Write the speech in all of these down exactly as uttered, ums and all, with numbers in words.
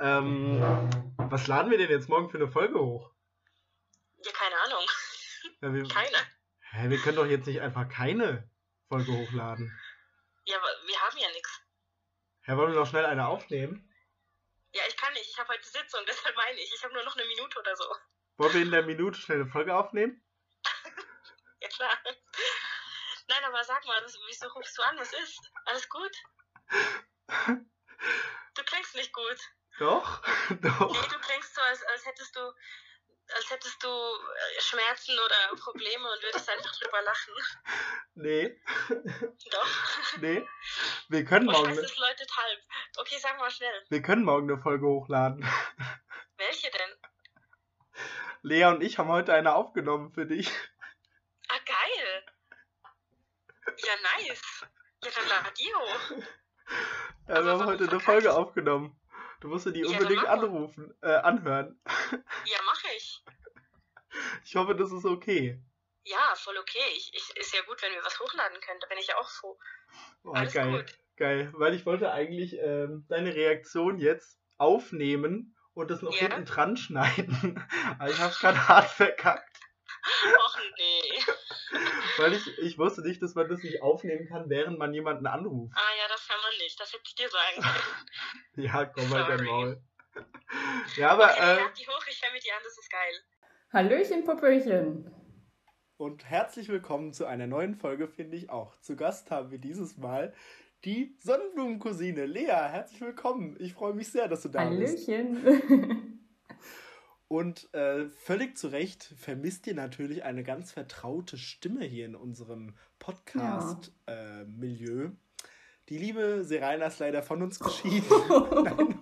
Ähm, was laden wir denn jetzt morgen für eine Folge hoch? Ja, keine Ahnung. Ja, wir, Keine. Hä, wir können doch jetzt nicht einfach keine Folge hochladen. Ja, aber wir haben ja nichts. Hä, wollen wir noch schnell eine aufnehmen? Ja, ich kann nicht. Ich habe heute Sitzung, deshalb meine ich. Ich habe nur noch eine Minute oder so. Wollen wir in der Minute schnell eine Folge aufnehmen? Ja, klar. Nein, aber sag mal, wieso rufst du an? Was ist? Alles gut? Du klingst nicht gut. Doch, doch. Nee, du klingst so, als, als hättest du als hättest du Schmerzen oder Probleme und würdest einfach drüber lachen. Nee. Doch. Nee. Wir können oh, morgen. Scheiße, es läutet halb. Okay, sag mal schnell. Wir können morgen eine Folge hochladen. Welche denn? Lea und ich haben heute eine aufgenommen für dich. Ah, geil. Ja, nice. Ja, dann lad die hoch. Ja, wir haben heute eine Folge aufgenommen. Du musst dir die Ja, unbedingt dann mach mal. anrufen, äh, anhören. Ja, mache ich. Ich hoffe, das ist okay. Ja, voll okay. Ich, ich, ist ja gut, wenn wir was hochladen können. Da bin ich ja auch froh. Oh, Alles geil, gut. geil. Weil ich wollte eigentlich ähm, deine Reaktion jetzt aufnehmen und das noch Ja? hinten dran schneiden. Aber ich hab's gerade hart verkackt. Och nee. Weil ich, ich wusste nicht, dass man das nicht aufnehmen kann, während man jemanden anruft. Ah ja, das kann man nicht. Das hätte ich dir sagen können. Ja, komm mal dein Sorry. Maul. Ja, aber Okay, äh, lad die hoch. Ich höre mit dir an. Das ist geil. Hallöchen, Popöchen. und herzlich willkommen zu einer neuen Folge, finde ich auch. Zu Gast haben wir dieses Mal die Sonnenblumencousine. Lea, herzlich willkommen. Ich freue mich sehr, dass du da bist. Hallöchen. Und äh, völlig zu Recht vermisst ihr natürlich eine ganz vertraute Stimme hier in unserem Podcast-Milieu. Äh, die liebe Serena ist leider von uns geschieden. Nein,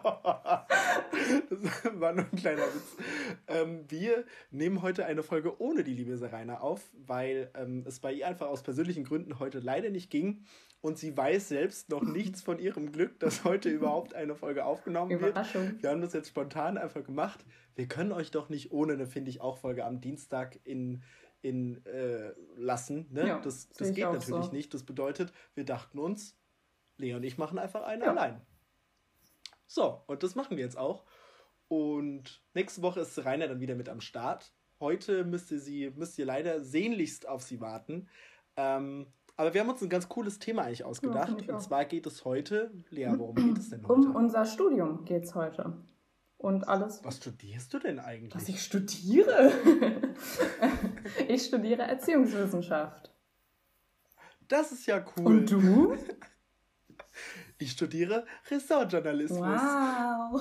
das war nur ein kleiner Witz. Ähm, wir nehmen heute eine Folge ohne die liebe Serena auf, weil ähm, es bei ihr einfach aus persönlichen Gründen heute leider nicht ging. Und sie weiß selbst noch nichts von ihrem Glück, dass heute überhaupt eine Folge aufgenommen wird. Überraschung. Wir haben das jetzt spontan einfach gemacht. Wir können euch doch nicht ohne eine, finde ich, auch Folge am Dienstag in, in äh, lassen. Ne? Ja, das sehe das ich geht auch natürlich so. nicht. Das bedeutet, wir dachten uns, Lea und ich machen einfach eine Ja. allein. So, und das machen wir jetzt auch. Und nächste Woche ist Rainer dann wieder mit am Start. Heute müsst ihr, sie, müsst ihr leider sehnlichst auf sie warten. Ähm, aber wir haben uns ein ganz cooles Thema eigentlich ausgedacht. finde ich Und auch. zwar geht es heute, Lea, worum geht es denn heute? Um unser Studium geht's heute. Und alles, Was studierst du denn eigentlich? was ich studiere. Ich studiere Erziehungswissenschaft. Das ist ja cool. Und du? Ich studiere Ressortjournalismus. Wow.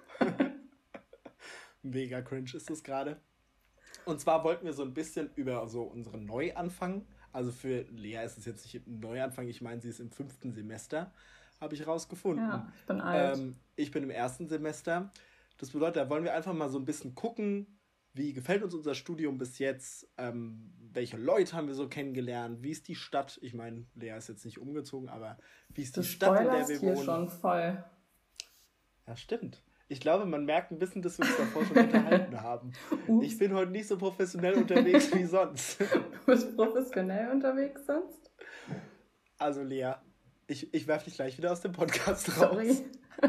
Mega cringe ist das gerade. Und zwar wollten wir so ein bisschen über so unseren Neuanfang, also für Lea ist es jetzt nicht ein Neuanfang, ich meine, sie ist im fünften Semester, habe ich rausgefunden. Ja, ich bin alt. Ähm, ich bin im ersten Semester. Das bedeutet, da wollen wir einfach mal so ein bisschen gucken, wie gefällt uns unser Studium bis jetzt, ähm, welche Leute haben wir so kennengelernt, wie ist die Stadt, ich meine, Lea ist jetzt nicht umgezogen, aber wie ist Du die Stadt, in der spoilerst wir hier wohnen? schon voll. Ja, stimmt. Ich glaube, man merkt ein bisschen, dass wir uns davor schon unterhalten haben. Ups. Ich bin heute nicht so professionell unterwegs wie sonst. Du bist professionell unterwegs sonst? Also Lea, ich, ich werfe dich gleich wieder aus dem Podcast raus. Sorry.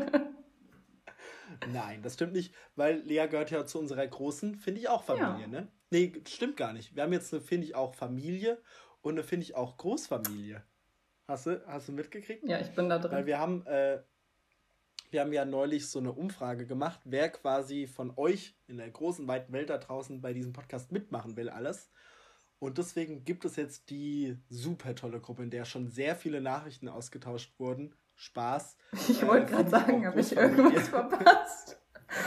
Nein, das stimmt nicht, weil Lea gehört ja zu unserer großen, finde ich auch Familie, Ja. ne? Nee, stimmt gar nicht. Wir haben jetzt eine, finde ich auch Familie und eine, finde ich auch Großfamilie. Hast du, hast du mitgekriegt? Ja, ich bin da Weil drin. wir haben, äh, wir haben ja neulich so eine Umfrage gemacht, wer quasi von euch in der großen, weiten Welt da draußen bei diesem Podcast mitmachen will, alles. Und deswegen gibt es jetzt die super tolle Gruppe, in der schon sehr viele Nachrichten ausgetauscht wurden. Spaß. Ich Äh, wollte gerade finde ich sagen, auch habe ich Großfamilie. irgendwas verpasst?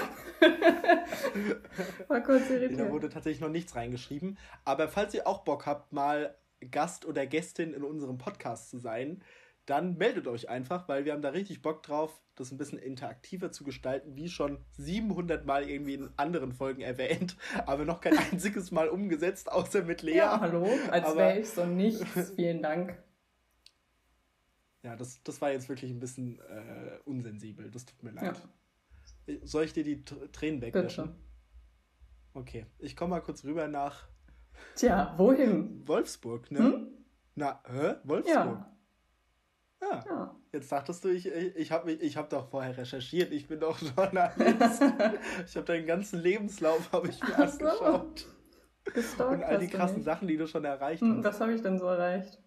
War kurz Da irritiert. wurde tatsächlich noch nichts reingeschrieben. Aber falls ihr auch Bock habt, mal Gast oder Gästin in unserem Podcast zu sein, dann meldet euch einfach, weil wir haben da richtig Bock drauf, das ein bisschen interaktiver zu gestalten, wie schon siebenhundert Mal irgendwie in anderen Folgen erwähnt, aber noch kein einziges Mal umgesetzt, außer mit Lea. Ja, hallo, als Aber- wäre ich so nichts. Vielen Dank. Ja, das, das war jetzt wirklich ein bisschen äh, unsensibel. Das tut mir Ja, leid. Soll ich dir die Tr- Tränen wegwischen? bitte. Okay, ich komme mal kurz rüber nach Tja, wohin? Wolfsburg, ne? Hm? Na, hä? Wolfsburg? Ja, Ja. ja. Jetzt dachtest du, ich, ich habe hab doch vorher recherchiert. Ich bin doch Journalist. Ich habe deinen ganzen Lebenslauf habe ich mir Ach so. angeschaut. Gestalkt Und all die hast du krassen mich. Sachen, die du schon erreicht Hm, hast. was habe ich denn so erreicht?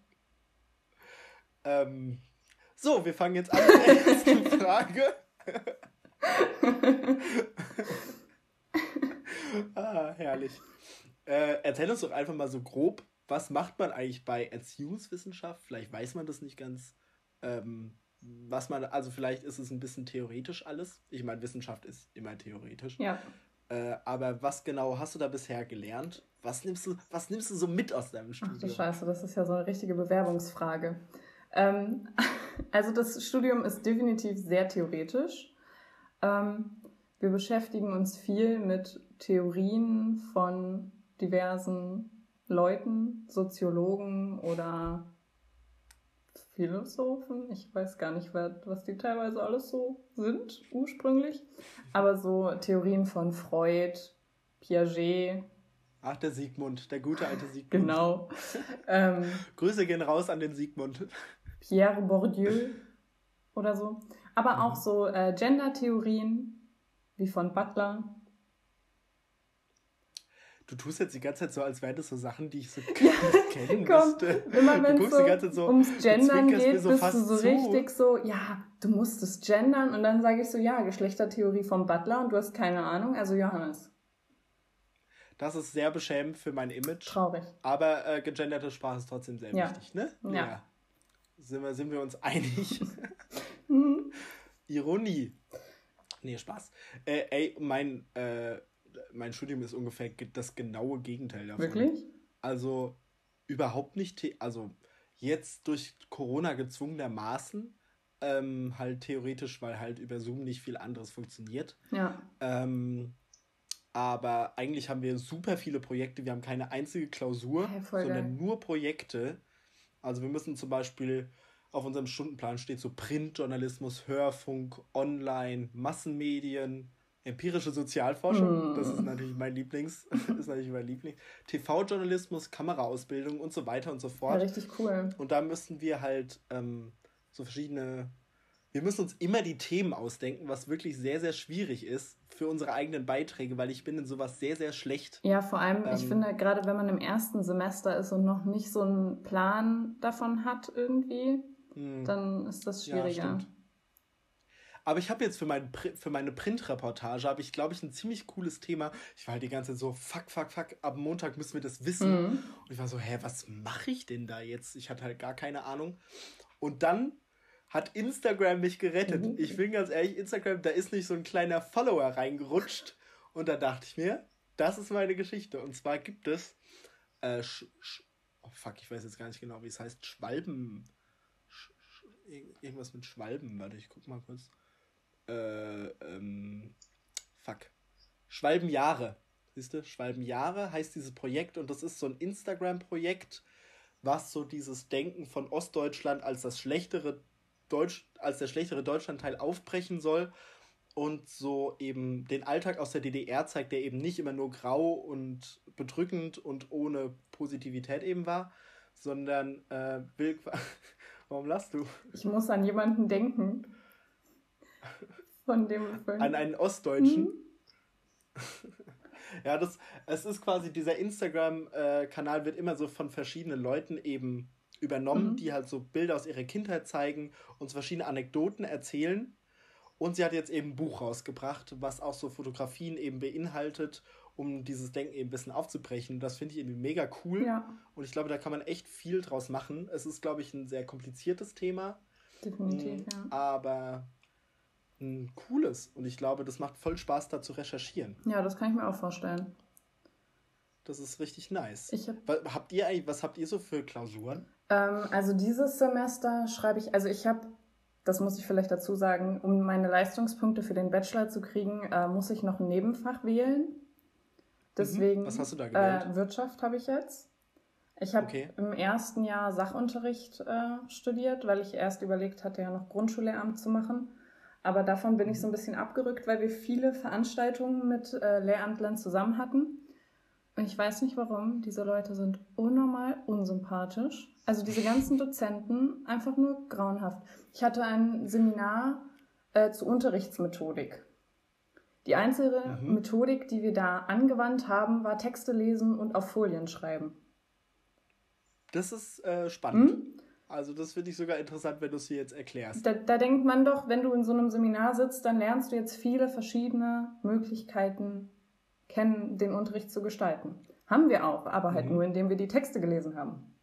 Ähm, so, wir fangen jetzt an mit der ersten Frage. Ah, herrlich. Äh, erzähl uns doch einfach mal so grob, was macht man eigentlich bei Erziehungswissenschaft? Vielleicht weiß man das nicht ganz. Ähm, was man, also vielleicht ist es ein bisschen theoretisch alles. Ich meine, Wissenschaft ist immer theoretisch. Ja. Äh, aber was genau hast du da bisher gelernt? Was nimmst du, was nimmst du so mit aus deinem Ach Studium? du Scheiße, das ist ja so eine richtige Bewerbungsfrage. Ähm, also das Studium ist definitiv sehr theoretisch. Ähm, wir beschäftigen uns viel mit Theorien von diversen Leuten, Soziologen oder Philosophen. Ich weiß gar nicht, was die teilweise alles so sind, ursprünglich. Aber so Theorien von Freud, Piaget. Ach, der Sigmund, der gute alte Sigmund. Genau. ähm, Grüße gehen raus an den Sigmund. Pierre Bourdieu oder so. Aber mhm. auch so äh, Gender-Theorien wie von Butler. Du tust jetzt die ganze Zeit so, als wären das so Sachen, die ich so ja, kennen komm, müsste. Immer wenn es so, so ums Gendern geht, so bist du so zu. richtig so, ja, du musst es gendern. Und dann sage ich so, ja, Geschlechtertheorie von Butler und du hast keine Ahnung. Also Johannes. Das ist sehr beschämend für mein Image. Traurig. Aber äh, gegenderte Sprache ist trotzdem sehr ja. wichtig, ne? Ja. ja. Sind wir, sind wir uns einig? mhm. Ironie. Nee, Spaß. Äh, ey, mein, äh, mein Studium ist ungefähr das genaue Gegenteil davon. Wirklich? Also überhaupt nicht, the- also jetzt durch Corona gezwungenermaßen, ähm, halt theoretisch, weil halt über Zoom nicht viel anderes funktioniert. Ja. Ähm, aber eigentlich haben wir super viele Projekte, wir haben keine einzige Klausur, hey, voll sondern geil. nur Projekte. Also wir müssen zum Beispiel, auf unserem Stundenplan steht so Printjournalismus, Hörfunk, Online, Massenmedien, empirische Sozialforschung, mm. das ist natürlich mein Lieblings, ist natürlich mein Liebling, T V-Journalismus, Kameraausbildung und so weiter und so fort. Ja, richtig cool. Und da müssen wir halt ähm, so verschiedene, wir müssen uns immer die Themen ausdenken, was wirklich sehr, sehr schwierig ist für unsere eigenen Beiträge, weil ich bin in sowas sehr, sehr schlecht. Ja, vor allem, ähm, ich finde, gerade wenn man im ersten Semester ist und noch nicht so einen Plan davon hat irgendwie, mh. dann ist das schwieriger. Ja, stimmt. Aber ich habe jetzt für, mein, für meine Printreportage, habe ich, glaube ich, ein ziemlich cooles Thema. Ich war halt die ganze Zeit so, fuck, fuck, fuck, ab Montag müssen wir das wissen. Mhm. Und ich war so, hä, was mache ich denn da jetzt? Ich hatte halt gar keine Ahnung. Und dann hat Instagram mich gerettet. Mhm. Ich bin ganz ehrlich, Instagram, da ist nicht so ein kleiner Follower reingerutscht. Und da dachte ich mir, das ist meine Geschichte. Und zwar gibt es, äh, sch, sch, oh fuck, ich weiß jetzt gar nicht genau, wie es heißt, Schwalben, sch, sch, irgendwas mit Schwalben, warte, ich guck mal kurz. Äh, ähm, fuck. Schwalbenjahre. Siehst du? Schwalbenjahre heißt dieses Projekt und das ist so ein Instagram-Projekt, was so dieses Denken von Ostdeutschland als das schlechtere Deutsch, als der schlechtere Deutschlandteil aufbrechen soll und so eben den Alltag aus der D D R zeigt, der eben nicht immer nur grau und bedrückend und ohne Positivität eben war, sondern äh, will... Warum lachst du? Ich muss an jemanden denken. Von dem Film. An einen Ostdeutschen. Hm? Ja, das, es ist quasi, dieser Instagram-Kanal wird immer so von verschiedenen Leuten eben übernommen, mhm. die halt so Bilder aus ihrer Kindheit zeigen, uns verschiedene Anekdoten erzählen. Und sie hat jetzt eben ein Buch rausgebracht, was auch so Fotografien eben beinhaltet, um dieses Denken eben ein bisschen aufzubrechen. Das finde ich irgendwie mega cool. Ja. Und ich glaube, da kann man echt viel draus machen. Es ist, glaube ich, ein sehr kompliziertes Thema. Definitiv, ja. Aber ein cooles. Und ich glaube, das macht voll Spaß, da zu recherchieren. Ja, das kann ich mir auch vorstellen. Das ist richtig nice. Ich hab, was, habt ihr eigentlich, was habt ihr so für Klausuren? Ähm, also dieses Semester schreibe ich, also ich habe, das muss ich vielleicht dazu sagen, um meine Leistungspunkte für den Bachelor zu kriegen, äh, muss ich noch ein Nebenfach wählen. Deswegen, mhm. Was hast du da gewählt? Äh, Wirtschaft habe ich jetzt. Ich habe okay. im ersten Jahr Sachunterricht äh, studiert, weil ich erst überlegt hatte, ja noch Grundschullehramt zu machen. Aber davon bin mhm. ich so ein bisschen abgerückt, weil wir viele Veranstaltungen mit äh, Lehramtlern zusammen hatten. Und ich weiß nicht warum, diese Leute sind unnormal unsympathisch. Also diese ganzen Dozenten, einfach nur grauenhaft. Ich hatte ein Seminar äh, zu Unterrichtsmethodik. Die einzige mhm. Methodik, die wir da angewandt haben, war Texte lesen und auf Folien schreiben. Das ist äh, spannend. Hm? Also das finde ich sogar interessant, wenn du es hier jetzt erklärst. Da, da denkt man doch, wenn du in so einem Seminar sitzt, dann lernst du jetzt viele verschiedene Möglichkeiten kennen, den Unterricht zu gestalten. Haben wir auch, aber halt mhm. nur, indem wir die Texte gelesen haben.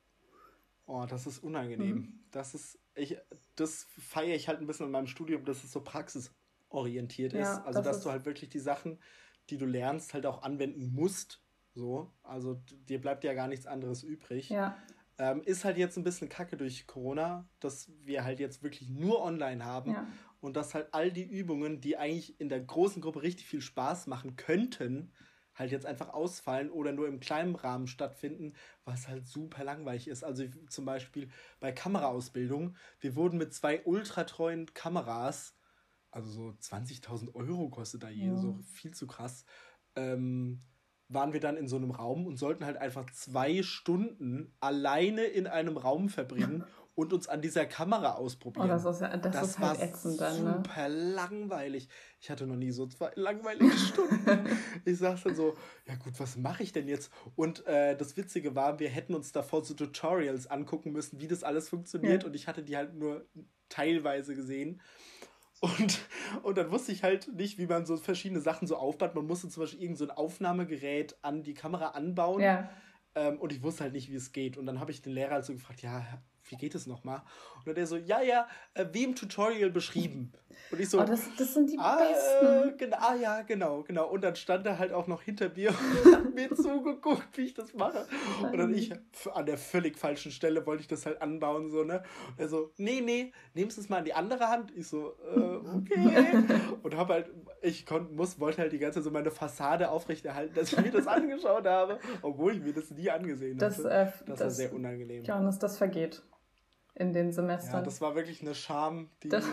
Oh, das ist unangenehm. Mhm. Das ist, ich, das feiere ich halt ein bisschen in meinem Studium, dass es so praxisorientiert ist. Ja, also, das dass ist du halt wirklich die Sachen, die du lernst, halt auch anwenden musst. So, also dir bleibt ja gar nichts anderes übrig. Ja. Ähm, ist halt jetzt ein bisschen kacke durch Corona, dass wir halt jetzt wirklich nur online haben ja. und dass halt all die Übungen, die eigentlich in der großen Gruppe richtig viel Spaß machen könnten, halt jetzt einfach ausfallen oder nur im kleinen Rahmen stattfinden, was halt super langweilig ist. Also zum Beispiel bei Kameraausbildung, wir wurden mit zwei ultratreuen Kameras, also so zwanzigtausend Euro kostet da jede, ja. so viel zu krass, ähm, waren wir dann in so einem Raum und sollten halt einfach zwei Stunden alleine in einem Raum verbringen und uns an dieser Kamera ausprobieren. Oh, das ist, ja, das das ist halt ätzend dann, ne? Super langweilig. Ich hatte noch nie so zwei langweilige Stunden. Ich saß dann so, ja gut, was mache ich denn jetzt? Und äh, das Witzige war, wir hätten uns davor so Tutorials angucken müssen, wie das alles funktioniert. Ja. Und ich hatte die halt nur teilweise gesehen. Und, und dann wusste ich halt nicht, wie man so verschiedene Sachen so aufbaut. Man musste zum Beispiel irgend so ein Aufnahmegerät an die Kamera anbauen. Ja. Ähm, und ich wusste halt nicht, wie es geht. Und dann habe ich den Lehrer halt so gefragt, ja, wie geht es nochmal? Und dann der so, ja, ja, äh, wie im Tutorial beschrieben. Und ich so, oh, das, das sind die ah, Besten. Äh, genau, ah, ja, genau, genau. Und dann stand er halt auch noch hinter mir und hat mir zugeguckt, wie ich das mache. Und dann ich, an der völlig falschen Stelle wollte ich das halt anbauen, so, ne? Und er so, nee, nee, nimmst es mal in die andere Hand. Ich so, äh, okay. Und hab halt, ich konnt, muss, wollte halt die ganze Zeit so meine Fassade aufrechterhalten, dass ich mir das angeschaut habe, obwohl ich mir das nie angesehen das, hatte. Äh, das, das war sehr unangenehm. Ja, und das, das vergeht in den Semestern. Ja, das war wirklich eine Scham, die... Das,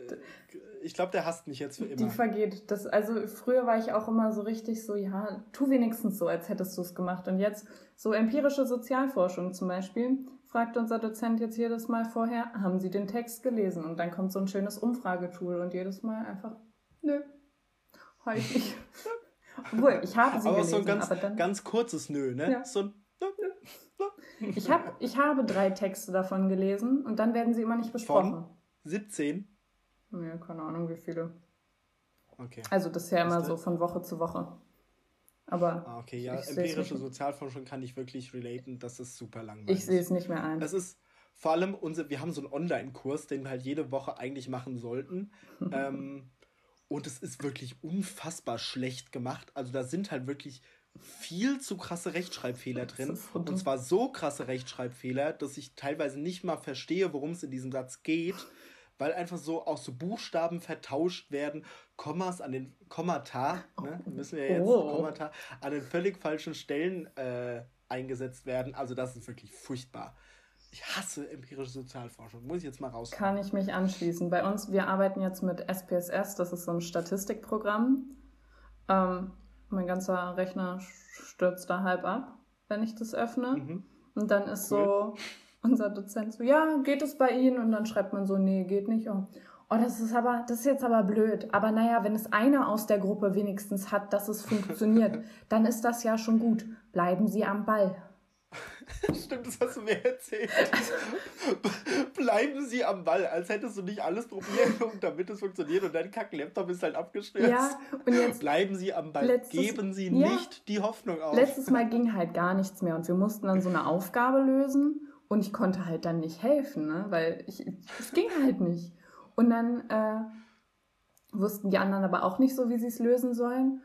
ich glaube, der hasst mich jetzt für immer. Die vergeht. Das, also früher war ich auch immer so richtig so, ja, tu wenigstens so, als hättest du es gemacht. Und jetzt so empirische Sozialforschung zum Beispiel, fragt unser Dozent jetzt jedes Mal vorher, haben Sie den Text gelesen? Und dann kommt so ein schönes Umfragetool und jedes Mal einfach, nö, heute nicht. Obwohl, ich habe sie aber gelesen. So ein ganz, aber dann, ganz kurzes Nö, ne? Ja. So ein Nö, nö. Ich, hab, ich habe drei Texte davon gelesen und dann werden sie immer nicht besprochen. Von siebzehn? Ja, keine Ahnung, wie viele. Okay. Also das ist ja immer so von Woche zu Woche. Aber ah, okay, ja, empirische Sozialforschung kann ich wirklich relaten, das ist super langweilig. Ich sehe es nicht mehr ein. Das ist vor allem, unser, wir haben so einen Online-Kurs, den wir halt jede Woche eigentlich machen sollten. ähm, und es ist wirklich unfassbar schlecht gemacht. Also da sind halt wirklich viel zu krasse Rechtschreibfehler drin. Und zwar so krasse Rechtschreibfehler, dass ich teilweise nicht mal verstehe, worum es in diesem Satz geht. Weil einfach so auch so Buchstaben vertauscht werden, Kommas an den Kommata, ne, müssen wir jetzt oh. Kommata an den völlig falschen Stellen äh, eingesetzt werden. Also das ist wirklich furchtbar. Ich hasse empirische Sozialforschung. Muss ich jetzt mal raus. Kann ich mich anschließen. Bei uns, wir arbeiten jetzt mit S P S S, das ist so ein Statistikprogramm. Ähm, mein ganzer Rechner stürzt da halb ab, wenn ich das öffne. Mhm. Und dann ist cool. so... Unser Dozent so, ja, geht es bei Ihnen? Und dann schreibt man so, nee, geht nicht. Oh, oh das ist aber, das ist jetzt aber blöd. Aber naja, wenn es einer aus der Gruppe wenigstens hat, dass es funktioniert, dann ist das ja schon gut. Bleiben Sie am Ball. Stimmt, das hast du mir erzählt. Also, bleiben Sie am Ball, als hättest du nicht alles probiert, damit es funktioniert und dein Kack-Laptop ist halt abgestürzt. Ja, und jetzt bleiben Sie am Ball. Letztes, Geben Sie ja, nicht die Hoffnung auf. Letztes Mal ging halt gar nichts mehr und wir mussten dann so eine Aufgabe lösen. Und ich konnte halt dann nicht helfen, ne? Weil ich, es ging halt nicht. Und dann äh, wussten die anderen aber auch nicht so, wie sie es lösen sollen.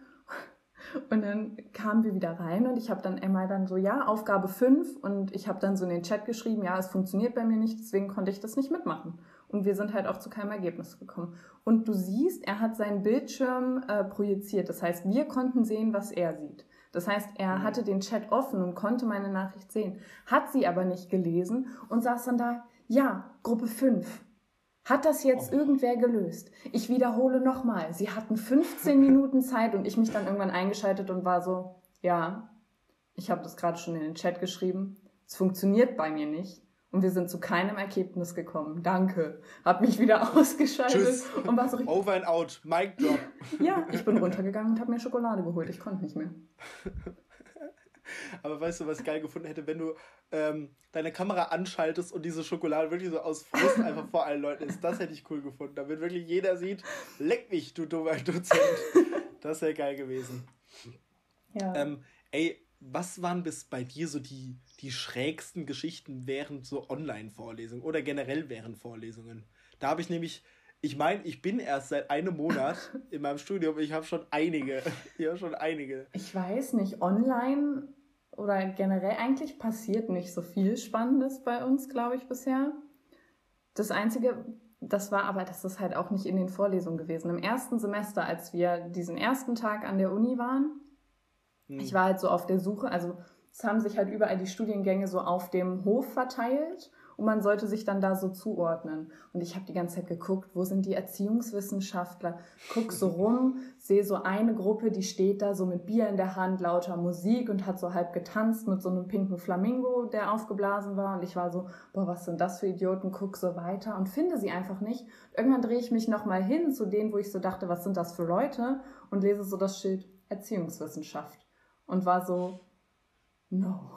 Und dann kamen wir wieder rein und ich habe dann einmal dann so, ja, Aufgabe fünf. Und ich habe dann so in den Chat geschrieben, ja, es funktioniert bei mir nicht, deswegen konnte ich das nicht mitmachen. Und wir sind halt auch zu keinem Ergebnis gekommen. Und du siehst, er hat seinen Bildschirm äh, projiziert. Das heißt, wir konnten sehen, was er sieht. Das heißt, er hatte den Chat offen und konnte meine Nachricht sehen, hat sie aber nicht gelesen und saß dann da, ja, Gruppe fünf. Hat das jetzt oh. irgendwer gelöst? Ich wiederhole nochmal, sie hatten fünfzehn Minuten Zeit und ich mich dann irgendwann eingeschaltet und war so, ja, ich habe das gerade schon in den Chat geschrieben, es funktioniert bei mir nicht und wir sind zu keinem Ergebnis gekommen. Danke. Hab mich wieder ausgeschaltet. Tschüss. Und war so richtig... Over and out. Mic drop. Ja, ich bin runtergegangen und habe mir Schokolade geholt. Ich konnte nicht mehr. Aber weißt du, was ich geil gefunden hätte, wenn du ähm, deine Kamera anschaltest und diese Schokolade wirklich so aus Frust einfach vor allen Leuten ist. Das hätte ich cool gefunden. Damit wirklich jeder sieht, leck mich, du dummer Dozent. Das wäre geil gewesen. Ja. Ähm, ey, was waren bis bei dir so die, die schrägsten Geschichten während so Online-Vorlesungen oder generell während Vorlesungen? Da habe ich nämlich, ich meine, ich bin erst seit einem Monat in meinem Studium, ich habe schon einige, ich habe schon einige. Ich weiß nicht, online oder generell eigentlich passiert nicht so viel Spannendes bei uns, glaube ich, bisher. Das Einzige, das war aber, das ist halt auch nicht in den Vorlesungen gewesen. Im ersten Semester, als wir diesen ersten Tag an der Uni waren, hm. ich war halt so auf der Suche, also es haben sich halt überall die Studiengänge so auf dem Hof verteilt und man sollte sich dann da so zuordnen. Und ich habe die ganze Zeit geguckt, wo sind die Erziehungswissenschaftler? Guck so rum, sehe so eine Gruppe, die steht da so mit Bier in der Hand, lauter Musik und hat so halb getanzt mit so einem pinken Flamingo, der aufgeblasen war. Und ich war so, boah, was sind das für Idioten? Guck so weiter und finde sie einfach nicht. Irgendwann drehe ich mich nochmal hin zu denen, wo ich so dachte, was sind das für Leute? Und lese so das Schild Erziehungswissenschaft. Und war so, no,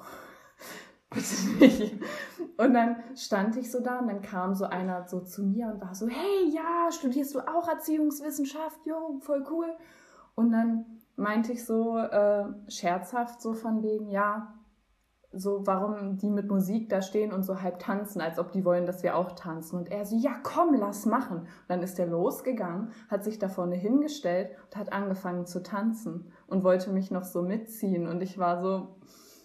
bitte nicht. Und dann stand ich so da und dann kam so einer so zu mir und war so, hey, ja, studierst du auch Erziehungswissenschaft? Jo, voll cool. Und dann meinte ich so äh, scherzhaft so von wegen, ja, so warum die mit Musik da stehen und so halb tanzen, als ob die wollen, dass wir auch tanzen. Und er so, ja komm, lass machen. Und dann ist er losgegangen, hat sich da vorne hingestellt und hat angefangen zu tanzen und wollte mich noch so mitziehen. Und ich war so,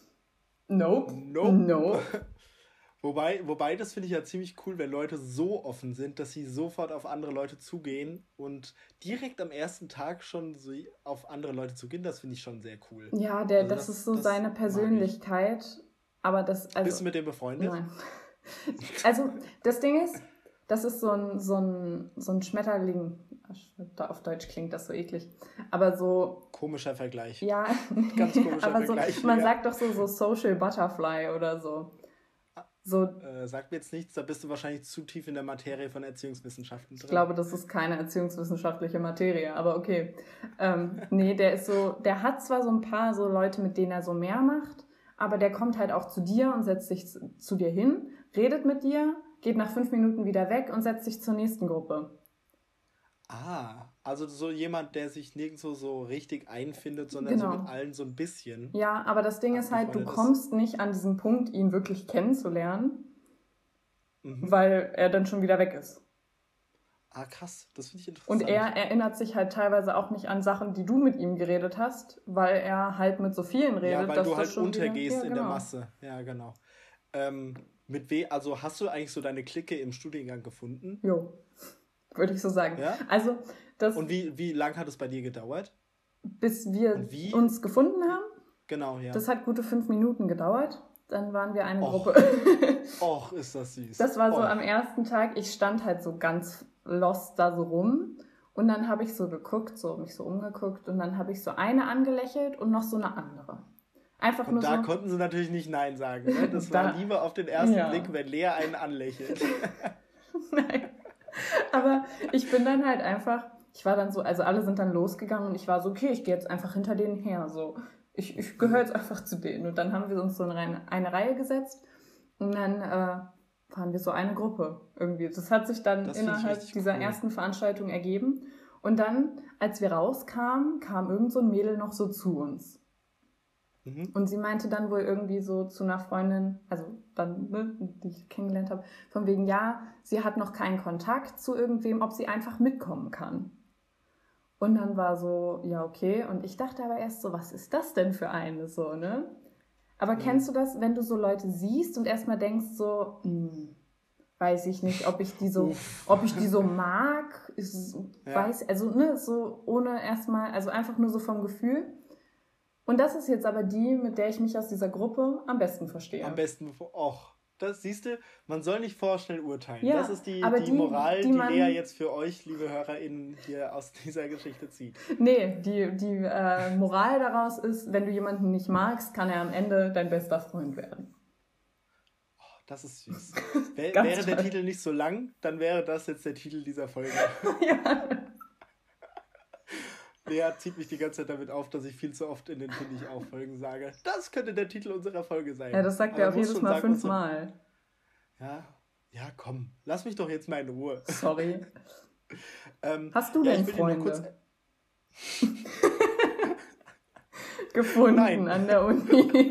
nope, nope. nope. Wobei, wobei, das finde ich ja ziemlich cool, wenn Leute so offen sind, dass sie sofort auf andere Leute zugehen und direkt am ersten Tag schon so auf andere Leute zugehen, das finde ich schon sehr cool. Ja, der, also das, das ist so das seine Persönlichkeit, aber das... Also, bist du mit dem befreundet? Nein. Also, das Ding ist, das ist so ein, so ein, so ein Schmetterling, auf Deutsch klingt das so eklig, aber so... Komischer Vergleich. Ja, ganz komischer aber Vergleich. So, man ja. sagt doch so, so Social Butterfly oder so. So, äh, sagt mir jetzt nichts, da bist du wahrscheinlich zu tief in der Materie von Erziehungswissenschaften drin. Ich glaube, das ist keine erziehungswissenschaftliche Materie, aber okay. Ähm, nee, der ist so, der hat zwar so ein paar so Leute, mit denen er so mehr macht, aber der kommt halt auch zu dir und setzt sich zu, zu dir hin, redet mit dir, geht nach fünf Minuten wieder weg und setzt sich zur nächsten Gruppe. Ah, also so jemand, der sich nirgendwo so richtig einfindet, sondern genau. so mit allen so ein bisschen. Ja, aber das Ding ist halt, du kommst nicht an diesen Punkt, ihn wirklich kennenzulernen, mhm. weil er dann schon wieder weg ist. Ah, krass, das finde ich interessant. Und er erinnert sich halt teilweise auch nicht an Sachen, die du mit ihm geredet hast, weil er halt mit so vielen redet. Ja, weil dass du halt schon untergehst wieder... ja, in genau. der Masse. Ja, genau. Ähm, mit we, also hast du eigentlich so deine Clique im Studiengang gefunden? Jo. Würde ich so sagen. Ja? Also, das und wie, wie lang hat es bei dir gedauert? Bis wir uns gefunden haben? Genau, ja. Das hat gute fünf Minuten gedauert. Dann waren wir eine Och. Gruppe. Och, ist das süß. Das war so Och. am ersten Tag. Ich stand halt so ganz lost da so rum. Und dann habe ich so geguckt, so mich so umgeguckt. Und dann habe ich so eine angelächelt und noch so eine andere. Einfach und nur da so. konnten sie natürlich nicht Nein sagen. Ne? Das da, war lieber auf den ersten ja. Blick, wenn Lea einen anlächelt. Nein. Aber ich bin dann halt einfach, ich war dann so, also alle sind dann losgegangen und ich war so, okay, ich gehe jetzt einfach hinter denen her, so, ich, ich gehöre jetzt einfach zu denen. Und dann haben wir uns so in eine, eine Reihe gesetzt und dann äh, waren wir so eine Gruppe irgendwie. Das hat sich dann das innerhalb dieser cool. ersten Veranstaltung ergeben. Und dann, als wir rauskamen, kam irgend so ein Mädel noch so zu uns. Mhm. Und sie meinte dann wohl irgendwie so zu einer Freundin, also dann, ne, die ich kennengelernt habe, von wegen, ja, sie hat noch keinen Kontakt zu irgendwem, ob sie einfach mitkommen kann. Und dann war so, ja, okay. Und ich dachte aber erst so, was ist das denn für eine, so, ne? Aber mhm. kennst du das, wenn du so Leute siehst und erstmal denkst so, hm, weiß ich nicht, ob ich die so, ob ich die so mag, ist, ja. weiß, also, ne, so ohne erstmal, also einfach nur so vom Gefühl. Und das ist jetzt aber die, mit der ich mich aus dieser Gruppe am besten verstehe. Am besten, och, Das siehst du, man soll nicht vorschnell urteilen. Ja, das ist die, aber die, die- Moral, die die, man- Lea jetzt für euch, liebe HörerInnen, hier aus dieser Geschichte zieht. Nee, die, die äh, Moral daraus ist, wenn du jemanden nicht magst, kann er am Ende dein bester Freund werden. Das ist süß. Wär, Ganz wäre der toll. Titel nicht so lang, dann wäre das jetzt der Titel dieser Folge. Ja. Lea zieht mich die ganze Zeit damit auf, dass ich viel zu oft in den Finde ich auch Folgen sage. Das könnte der Titel unserer Folge sein. ja, das sagt Aber er auch muss jedes schon Mal sagen, unsere- fünfmal. Ja, ja, komm, lass mich doch jetzt mal in Ruhe. Sorry. Ähm, Hast du ja, denn ich will dir nur Freunde? Gefunden Nein. an der Uni.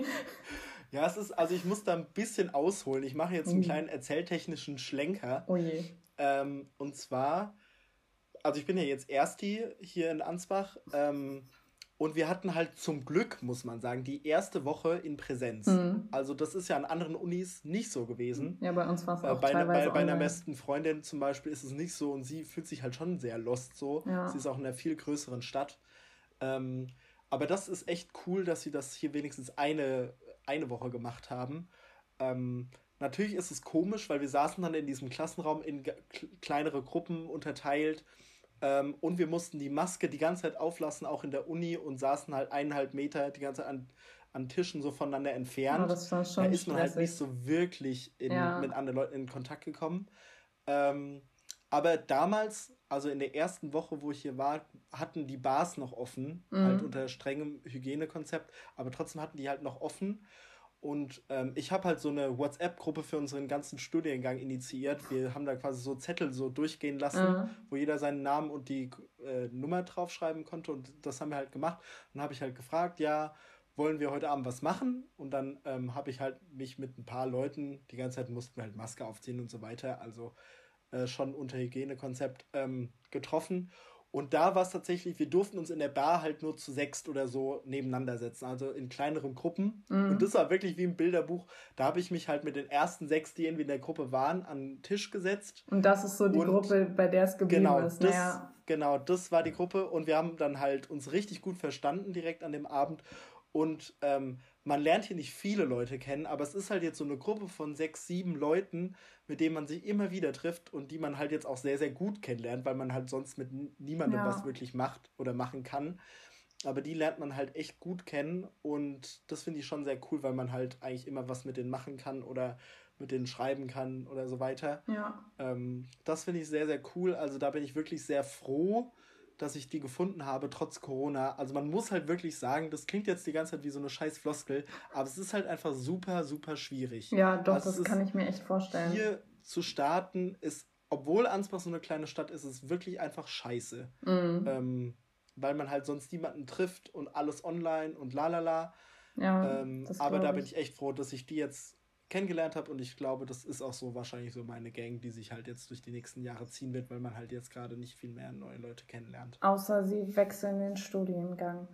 Ja, es ist, also ich muss da ein bisschen ausholen. Ich mache jetzt einen Mhm. kleinen erzähltechnischen Schlenker. Oh je. Ähm, und zwar, also ich bin ja jetzt Ersti hier in Ansbach. Ähm, und wir hatten halt zum Glück, muss man sagen, die erste Woche in Präsenz. Mhm. Also das ist ja an anderen Unis nicht so gewesen. Ja, bei uns war es Äh, auch bei, teilweise bei, bei einer online. besten Freundin zum Beispiel ist es nicht so und sie fühlt sich halt schon sehr lost so. Ja. Sie ist auch in einer viel größeren Stadt. Ähm, aber das ist echt cool, dass sie das hier wenigstens eine, eine Woche gemacht haben. Ähm, natürlich ist es komisch, weil wir saßen dann in diesem Klassenraum in ge- kle- kleinere Gruppen unterteilt. Ähm, und wir mussten die Maske die ganze Zeit auflassen, auch in der Uni, und saßen halt eineinhalb Meter die ganze Zeit an, an Tischen so voneinander entfernt. Ja, das war schon Da ist man halt stressig. nicht so wirklich in, Ja. mit anderen Leuten in Kontakt gekommen. Ähm, aber damals, also in der ersten Woche, wo ich hier war, hatten die Bars noch offen, Mhm. halt unter strengem Hygienekonzept, aber trotzdem hatten die halt noch offen. Und ähm, ich habe halt so eine WhatsApp-Gruppe für unseren ganzen Studiengang initiiert. Wir haben da quasi so Zettel so durchgehen lassen, Ja. wo jeder seinen Namen und die äh, Nummer draufschreiben konnte. Und das haben wir halt gemacht. Dann habe ich halt gefragt, ja, wollen wir heute Abend was machen? Und dann ähm, habe ich halt mich mit ein paar Leuten, die ganze Zeit mussten wir halt Maske aufziehen und so weiter, also äh, schon unter Hygienekonzept ähm, getroffen. Und da war es tatsächlich, wir durften uns in der Bar halt nur zu sechst oder so nebeneinander setzen, also in kleineren Gruppen. Mhm. Und das war wirklich wie im Bilderbuch. Da habe ich mich halt mit den ersten sechs, die irgendwie in der Gruppe waren, an den Tisch gesetzt. Und das ist so die Und Gruppe, bei der es geblieben Genau, ist. das, Naja, genau, das war die Gruppe. Und wir haben dann halt uns richtig gut verstanden direkt an dem Abend. Und ähm, man lernt hier nicht viele Leute kennen, aber es ist halt jetzt so eine Gruppe von sechs, sieben Leuten, mit denen man sich immer wieder trifft und die man halt jetzt auch sehr, sehr gut kennenlernt, weil man halt sonst mit n- niemandem Ja. was wirklich macht oder machen kann. Aber die lernt man halt echt gut kennen und das finde ich schon sehr cool, weil man halt eigentlich immer was mit denen machen kann oder mit denen schreiben kann oder so weiter. ja. Ähm, das finde ich sehr, sehr cool. Also da bin ich wirklich sehr froh, dass ich die gefunden habe, trotz Corona. Also man muss halt wirklich sagen, das klingt jetzt die ganze Zeit wie so eine scheiß Floskel, aber es ist halt einfach super, super schwierig. Ja, doch, Also es das ist kann ich mir echt vorstellen. Hier zu starten ist, obwohl Ansbach so eine kleine Stadt ist, ist es wirklich einfach scheiße. Mhm. Ähm, weil man halt sonst niemanden trifft und alles online und lalala. Ja, Ähm, das aber da glaub bin ich. ich echt froh, dass ich die jetzt kennengelernt habe und ich glaube, das ist auch so wahrscheinlich so meine Gang, die sich halt jetzt durch die nächsten Jahre ziehen wird, weil man halt jetzt gerade nicht viel mehr neue Leute kennenlernt. Außer sie wechseln den Studiengang.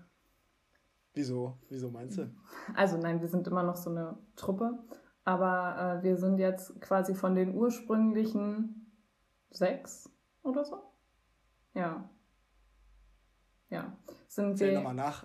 Wieso? Wieso meinst du? Also nein, wir sind immer noch so eine Truppe, aber äh, wir sind jetzt quasi von den ursprünglichen sechs oder so. Ja. Ja. Sind Zähl wir. nochmal nach.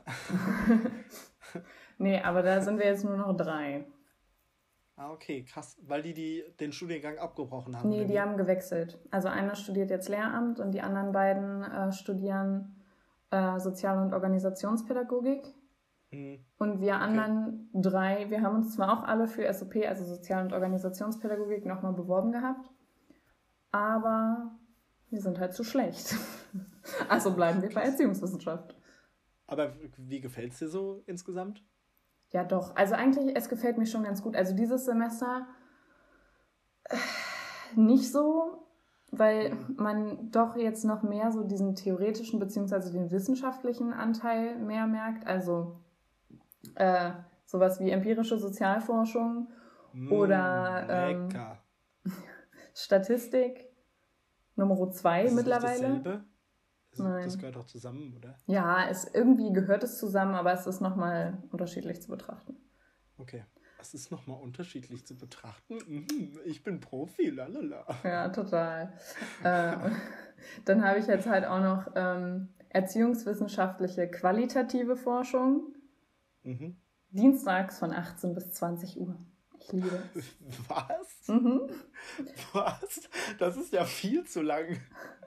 Nee, aber da sind wir jetzt nur noch drei. Ah, okay, krass. Weil die, die den Studiengang abgebrochen haben. Nee, oder die wie? haben gewechselt. Also einer studiert jetzt Lehramt und die anderen beiden äh, studieren äh, Sozial- und Organisationspädagogik. Hm. Und wir anderen drei, wir haben uns zwar auch alle für S O P, also Sozial- und Organisationspädagogik, nochmal beworben gehabt, aber wir sind halt zu schlecht. Also bleiben wir bei Erziehungswissenschaft. Aber wie gefällt es dir so insgesamt? Ja, doch. Also eigentlich, es gefällt mir schon ganz gut. Also dieses Semester äh, nicht so, weil Mhm. man doch jetzt noch mehr so diesen theoretischen beziehungsweise den wissenschaftlichen Anteil mehr merkt. Also äh, sowas wie empirische Sozialforschung, Mm, Oder, ähm, lecker. Statistik Nummer zwei Ist es nicht mittlerweile. dasselbe? Das, Nein. das gehört doch zusammen, oder? Ja, es, irgendwie gehört es zusammen, aber es ist nochmal unterschiedlich zu betrachten. Okay. Es ist nochmal unterschiedlich zu betrachten. Mhm, ich bin Profi, lalala. Ja, total. äh, und dann habe ich jetzt halt auch noch ähm, erziehungswissenschaftliche qualitative Forschung, Mhm. dienstags von achtzehn bis zwanzig Uhr. Ich liebe es. Was? Mhm. Was? Das ist ja viel zu lang.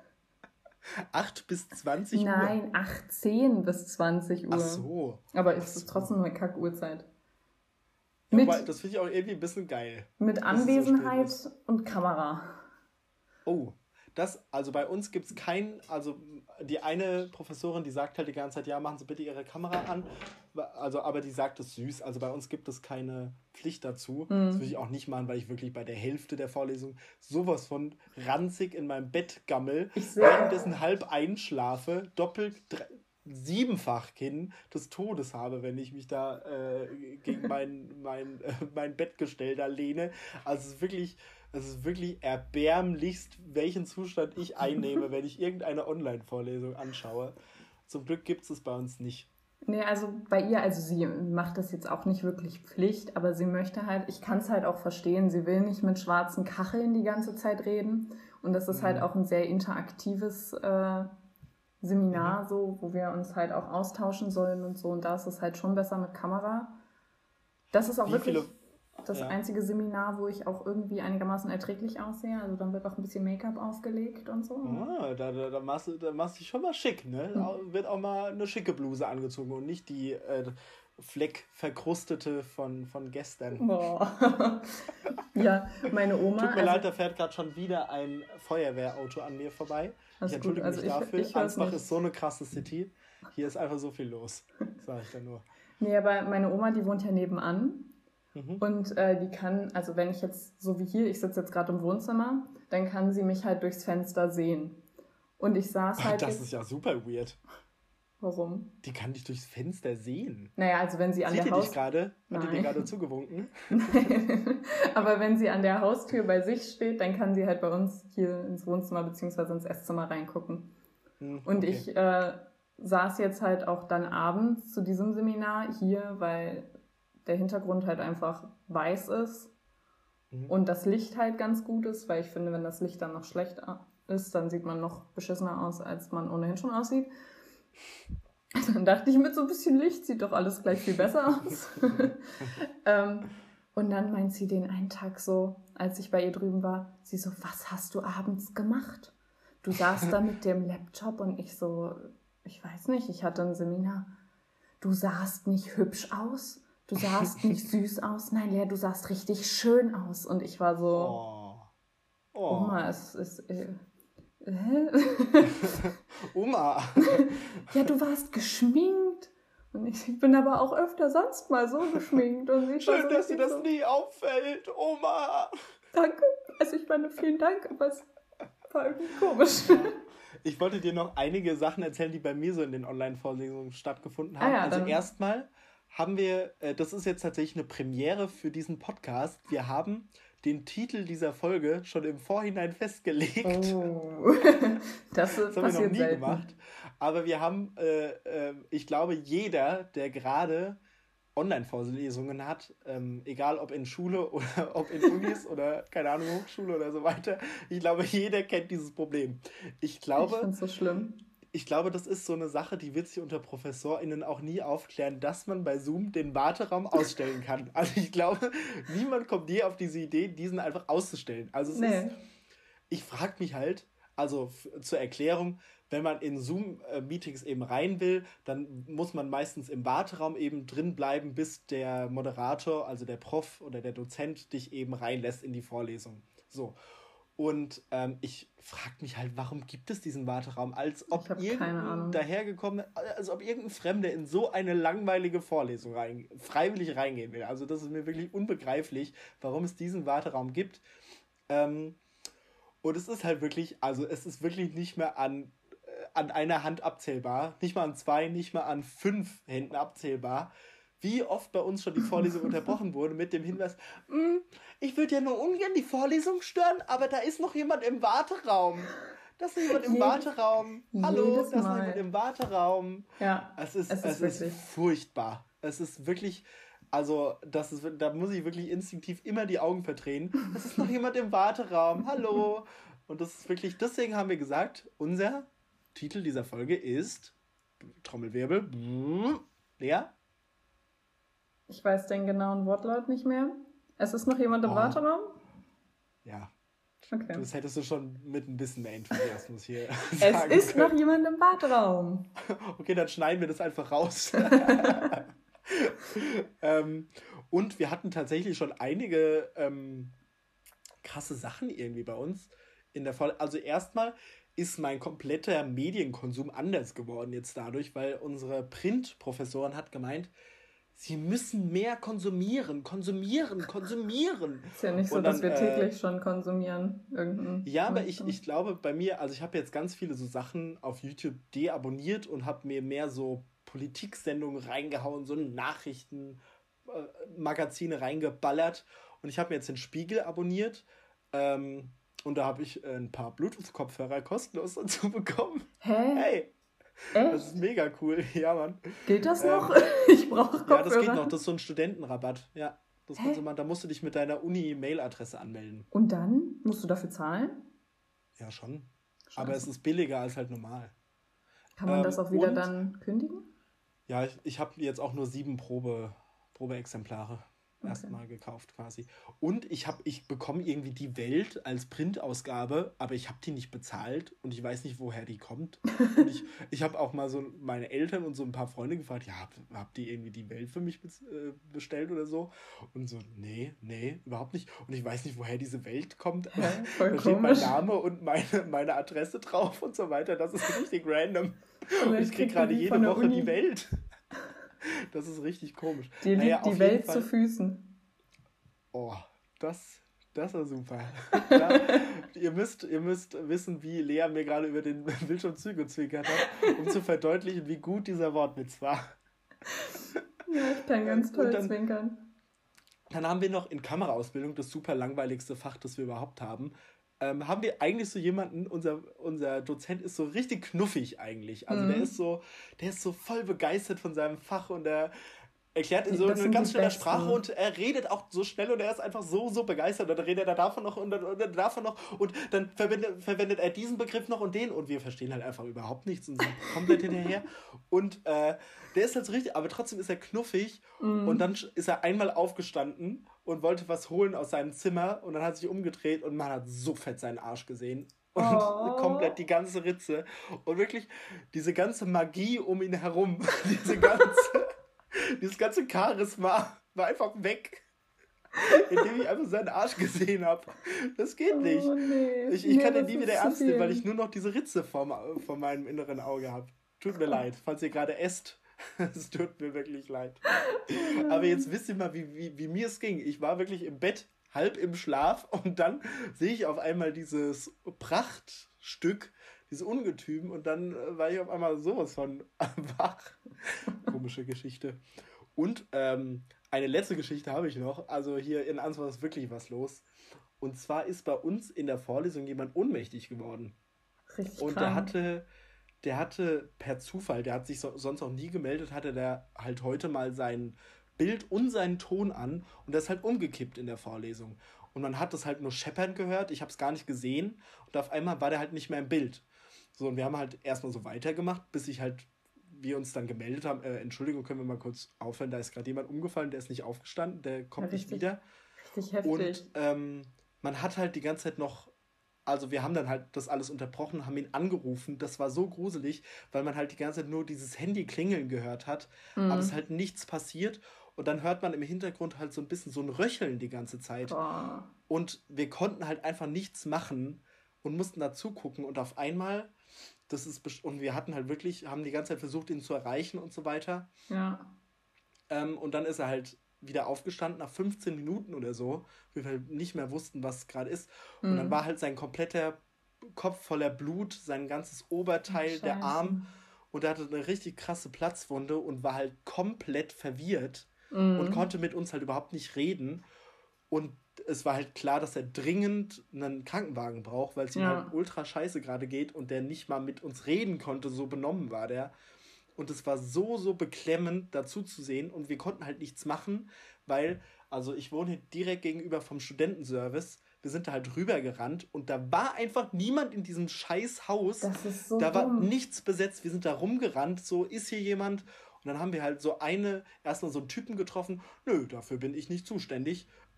acht bis zwanzig Uhr? Nein, achtzehn bis zwanzig Uhr. Ach so. Aber Ach es ist so. trotzdem eine Kack-Uhrzeit. Ja, Mit, aber das finde ich auch irgendwie ein bisschen geil. mit dass es so spät Anwesenheit ist. und Kamera. Oh, das, also bei uns gibt es keinen, also die eine Professorin, die sagt halt die ganze Zeit, ja, machen Sie bitte Ihre Kamera an, also, aber die sagt es süß, also bei uns gibt es keine Pflicht dazu. Das würde Mhm. ich auch nicht machen, weil ich wirklich bei der Hälfte der Vorlesung sowas von ranzig in meinem Bett gammel, Ich sehe, währenddessen halb einschlafe, doppelt, dre- siebenfach Kinn des Todes habe, wenn ich mich da äh, gegen mein, mein, äh, mein Bettgestell da lehne. Also es ist wirklich, es ist wirklich erbärmlichst, welchen Zustand ich einnehme, wenn ich irgendeine Online-Vorlesung anschaue. Zum Glück gibt es es bei uns nicht. nee, also bei ihr, also sie macht das jetzt auch nicht wirklich Pflicht, aber sie möchte halt, ich kann es halt auch verstehen, sie will nicht mit schwarzen Kacheln die ganze Zeit reden. Und das ist halt Mhm. auch ein sehr interaktives äh, Seminar, Mhm. so, wo wir uns halt auch austauschen sollen und so. Und da ist es halt schon besser mit Kamera. Das ist auch Wie wirklich viele, das ja. einzige Seminar, wo ich auch irgendwie einigermaßen erträglich aussehe. Also dann wird auch ein bisschen Make-up aufgelegt und so. Ah, da, da, da, machst du, da machst du dich schon mal schick, ne? Hm. Au- Wird auch mal eine schicke Bluse angezogen und nicht die äh, fleckverkrustete von, von gestern. Boah. Ja, meine Oma, Tut mir also leid, da fährt gerade schon wieder ein Feuerwehrauto an mir vorbei. Ich alles gut, entschuldige also mich ich, dafür. ich höre es Ansbach nicht. ist so eine krasse City. Hier ist einfach so viel los. Sag ich da nur. Nee, aber meine Oma, die wohnt ja nebenan Mhm. und äh, die kann, also wenn ich jetzt, so wie hier, ich sitze jetzt gerade im Wohnzimmer, dann kann sie mich halt durchs Fenster sehen. Und ich saß halt Das jetzt, ist ja super weird. warum? Die kann dich durchs Fenster sehen. Naja, also wenn sie an Sieht der die dich Haus... gerade? Hat die dir gerade Nein. zugewunken? Nein. Aber wenn sie an der Haustür bei sich steht, dann kann sie halt bei uns hier ins Wohnzimmer bzw. ins Esszimmer reingucken. Hm, Und okay. ich äh, saß jetzt halt auch dann abends zu diesem Seminar hier, weil der Hintergrund halt einfach weiß ist Mhm. und das Licht halt ganz gut ist, weil ich finde, wenn das Licht dann noch schlecht ist, dann sieht man noch beschissener aus, als man ohnehin schon aussieht. Dann dachte ich, mit so ein bisschen Licht sieht doch alles gleich viel besser aus. ähm, und dann meint sie den einen Tag so, als ich bei ihr drüben war, sie so, was hast du abends gemacht? Du saßt da mit dem Laptop und ich so, ich weiß nicht, ich hatte ein Seminar. Du sahst nicht hübsch aus, du sahst nicht süß aus, nein, Lea, du sahst richtig schön aus. Und ich war so, Oh. Oh. Oma, es ist... Äh, hä? Oma. Ja, du warst geschminkt. Und ich bin aber auch öfter sonst mal so geschminkt. Und ich war Schön, so dass dir richtig das so, nie auffällt, Oma. danke. Also ich meine, vielen Dank, aber es war irgendwie komisch. Ich wollte dir noch einige Sachen erzählen, die bei mir so in den Online-Vorlesungen stattgefunden Ah haben. ja, also dann- erstmal haben wir, äh, das ist jetzt tatsächlich eine Premiere für diesen Podcast. Wir haben den Titel dieser Folge schon im Vorhinein festgelegt. Oh, das, Das haben wir noch passiert nie selten. gemacht. Aber wir haben, äh, äh, ich glaube, jeder, der gerade Online-Vorlesungen hat, ähm, egal ob in Schule oder ob in Unis oder, keine Ahnung, Hochschule oder so weiter, ich glaube, jeder kennt dieses Problem. Ich Ich glaube, finde es so schlimm. ich glaube, das ist so eine Sache, die wird sich unter ProfessorInnen auch nie aufklären, dass man bei Zoom den Warteraum ausstellen kann. Also ich glaube, niemand kommt je auf diese Idee, diesen einfach auszustellen. Also es ist, Nee. ich frage mich halt, also f- zur Erklärung, wenn man in Zoom-Meetings eben rein will, dann muss man meistens im Warteraum eben drin bleiben, bis der Moderator, also der Prof oder der Dozent, dich eben reinlässt in die Vorlesung. So. Und ähm, ich frage mich halt, warum gibt es diesen Warteraum? Als ob Ich hab keine irgendein Ahnung. dahergekommener, als ob irgendein Fremder in so eine langweilige Vorlesung rein, freiwillig reingehen will. Also das ist mir wirklich unbegreiflich, warum es diesen Warteraum gibt. Ähm, und es ist halt wirklich, also es ist wirklich nicht mehr an, äh, an einer Hand abzählbar, nicht mal an zwei, nicht mal an fünf Händen abzählbar, wie oft bei uns schon die Vorlesung unterbrochen wurde mit dem Hinweis, "Mm, ich würde ja nur ungern die Vorlesung stören, aber da ist noch jemand im Warteraum. Da ist noch jemand im Jedes- Warteraum. Hallo, jedes da ist noch Mal. jemand im Warteraum." Ja, Es ist, Es es ist ist, wirklich- furchtbar. Es ist wirklich, also das ist, da muss ich wirklich instinktiv immer die Augen verdrehen. Es ist noch jemand im Warteraum. Hallo. Und das ist wirklich, deswegen haben wir gesagt, unser Titel dieser Folge ist Trommelwirbel. Lea? ich weiß den genauen Wortlaut nicht mehr. Es ist noch jemand im Oh. Warteraum? Ja, Okay. das hättest du schon mit ein bisschen mehr Enthusiasmus hier Es sagen ist noch können. jemand im Warteraum. Okay, dann schneiden wir das einfach raus. ähm, und wir hatten tatsächlich schon einige ähm, krasse Sachen irgendwie bei uns in der Folge. Also erstmal ist mein kompletter Medienkonsum anders geworden jetzt dadurch, weil unsere Printprofessorin hat gemeint, sie müssen mehr konsumieren, konsumieren, konsumieren. Ist ja nicht so, Und dass dann, wir äh, täglich schon konsumieren. Irgendein ja, aber ich, Blödsinn. ich glaube bei mir, also ich habe jetzt ganz viele so Sachen auf YouTube deabonniert und habe mir mehr so Politiksendungen reingehauen, so Nachrichten, äh, Magazine reingeballert. Und ich habe mir jetzt den Spiegel abonniert. Ähm, und da habe ich ein paar Bluetooth-Kopfhörer kostenlos dazu bekommen. Hä? Hey, das ist Echt? mega cool. Ja, Mann. Geht das Ähm, noch? Ich brauche ja, das geht noch. Kopfhörer. Das ist so ein Studentenrabatt. Ja, das kannst du Hä? machen. Da musst du dich mit deiner Uni-Mail-Adresse anmelden. Und dann musst du dafür zahlen? Ja, schon. Aber es Scheiße. ist billiger als halt normal. Kann man das Ähm, auch wieder und dann kündigen? ja, ich, ich habe jetzt auch nur sieben Probe, Probeexemplare Okay. erstmal gekauft quasi. Und ich habe, ich bekomme irgendwie die Welt als Printausgabe, aber ich habe die nicht bezahlt und ich weiß nicht, woher die kommt. Und ich, ich habe auch mal so meine Eltern und so ein paar Freunde gefragt, ja, habt, habt ihr irgendwie die Welt für mich bez- äh, bestellt oder so? Und so, nee, nee, überhaupt nicht. Und ich weiß nicht, woher diese Welt kommt. Hä? Voll Da steht mein komisch. Name und meine, meine Adresse drauf und so weiter. Das ist richtig random. Und Und dann ich kriege kriegt ihr gerade die jede von der Woche die Uni. Welt. Das ist richtig komisch. Dir Naja, liegt die auf jeden Welt zu Fall. Füßen. Oh, das, das ist super. Ja, ihr müsst, ihr müsst wissen, wie Lea mir gerade über den Bildschirm zugezwinkert hat, um zu verdeutlichen, wie gut dieser Wortwitz war. Ja, ich kann ganz Und toll dann, zwinkern. dann haben wir noch in Kameraausbildung, das super langweiligste Fach, das wir überhaupt haben, ähm, haben wir eigentlich so jemanden, unser, unser Dozent ist so richtig knuffig eigentlich. Also der Mhm. ist so, der ist so voll begeistert von seinem Fach und er erklärt in Die, so das eine sind die ganz schneller Sprache Besten. und er redet auch so schnell und er ist einfach so, so begeistert. Und dann redet er davon noch und dann, und dann davon noch und dann verwendet, verwendet er diesen Begriff noch und den und wir verstehen halt einfach überhaupt nichts und sind komplett hinterher. Und äh, der ist halt so richtig, aber trotzdem ist er knuffig und Mhm. dann ist er einmal aufgestanden und wollte was holen aus seinem Zimmer und dann hat sich umgedreht und man hat so fett seinen Arsch gesehen. Und komplett die Oh. ganze Ritze. Und wirklich diese ganze Magie um ihn herum, diese ganze, dieses ganze Charisma war einfach weg, indem ich einfach seinen Arsch gesehen habe. Das geht nicht. Oh nee. Ich, ich Nee, kann den das nie wieder ist zu ernst nehmen, weil ich viel. nur noch diese Ritze vor, vor meinem inneren Auge habe. Tut mir leid, falls ihr gerade esst. Es tut mir wirklich leid. Oh Aber jetzt nein. wisst ihr mal, wie, wie, wie mir es ging. Ich war wirklich im Bett, halb im Schlaf und dann sehe ich auf einmal dieses Prachtstück, dieses Ungetüm und dann äh, war ich auf einmal sowas von wach. Komische Geschichte. Und ähm, eine letzte Geschichte habe ich noch. Also hier in Ansbach ist wirklich was los. Und zwar ist bei uns in der Vorlesung jemand ohnmächtig geworden. Richtig Und der krank. hatte, der hatte per Zufall, der hat sich so, sonst auch nie gemeldet, hatte der halt heute mal sein Bild und seinen Ton an und der ist halt umgekippt in der Vorlesung. Und man hat das halt nur scheppern gehört, ich habe es gar nicht gesehen und auf einmal war der halt nicht mehr im Bild. So, und wir haben halt erstmal so weitergemacht, bis ich halt, wir uns dann gemeldet haben, äh, Entschuldigung, können wir mal kurz aufhören, da ist gerade jemand umgefallen, der ist nicht aufgestanden, der Ja, kommt nicht richtig, wieder. richtig heftig. Und ähm, man hat halt die ganze Zeit noch, also wir haben dann halt das alles unterbrochen, haben ihn angerufen. Das war so gruselig, weil man halt die ganze Zeit nur dieses Handy klingeln gehört hat, aber es ist Mhm. halt nichts passiert. Und dann hört man im Hintergrund halt so ein bisschen so ein Röcheln die ganze Zeit. Boah. Und wir konnten halt einfach nichts machen und mussten da zugucken. Und auf einmal, das ist, best- und wir hatten halt wirklich, haben die ganze Zeit versucht, ihn zu erreichen und so weiter. Ja. Ähm, und dann ist er halt wieder aufgestanden nach fünfzehn Minuten oder so, weil wir halt nicht mehr wussten, was gerade ist. Und dann Mhm. war halt sein kompletter Kopf voller Blut, sein ganzes Ach, Oberteil, der Arm. scheiße. Und er hatte eine richtig krasse Platzwunde und war halt komplett verwirrt und Mhm. konnte mit uns halt überhaupt nicht reden. Und es war halt klar, dass er dringend einen Krankenwagen braucht, weil es ihm halt Ja. ultra scheiße gerade geht und der nicht mal mit uns reden konnte, so benommen war der. Und es war so, so beklemmend dazu zu sehen und wir konnten halt nichts machen, weil, also ich wohne hier direkt gegenüber vom Studentenservice, wir sind da halt rübergerannt und da war einfach niemand in diesem scheiß Haus, Das ist so da war dumm. nichts besetzt, wir sind da rumgerannt, so, ist hier jemand? Und dann haben wir halt so eine, erstmal so einen Typen getroffen, nö, dafür bin ich nicht zuständig.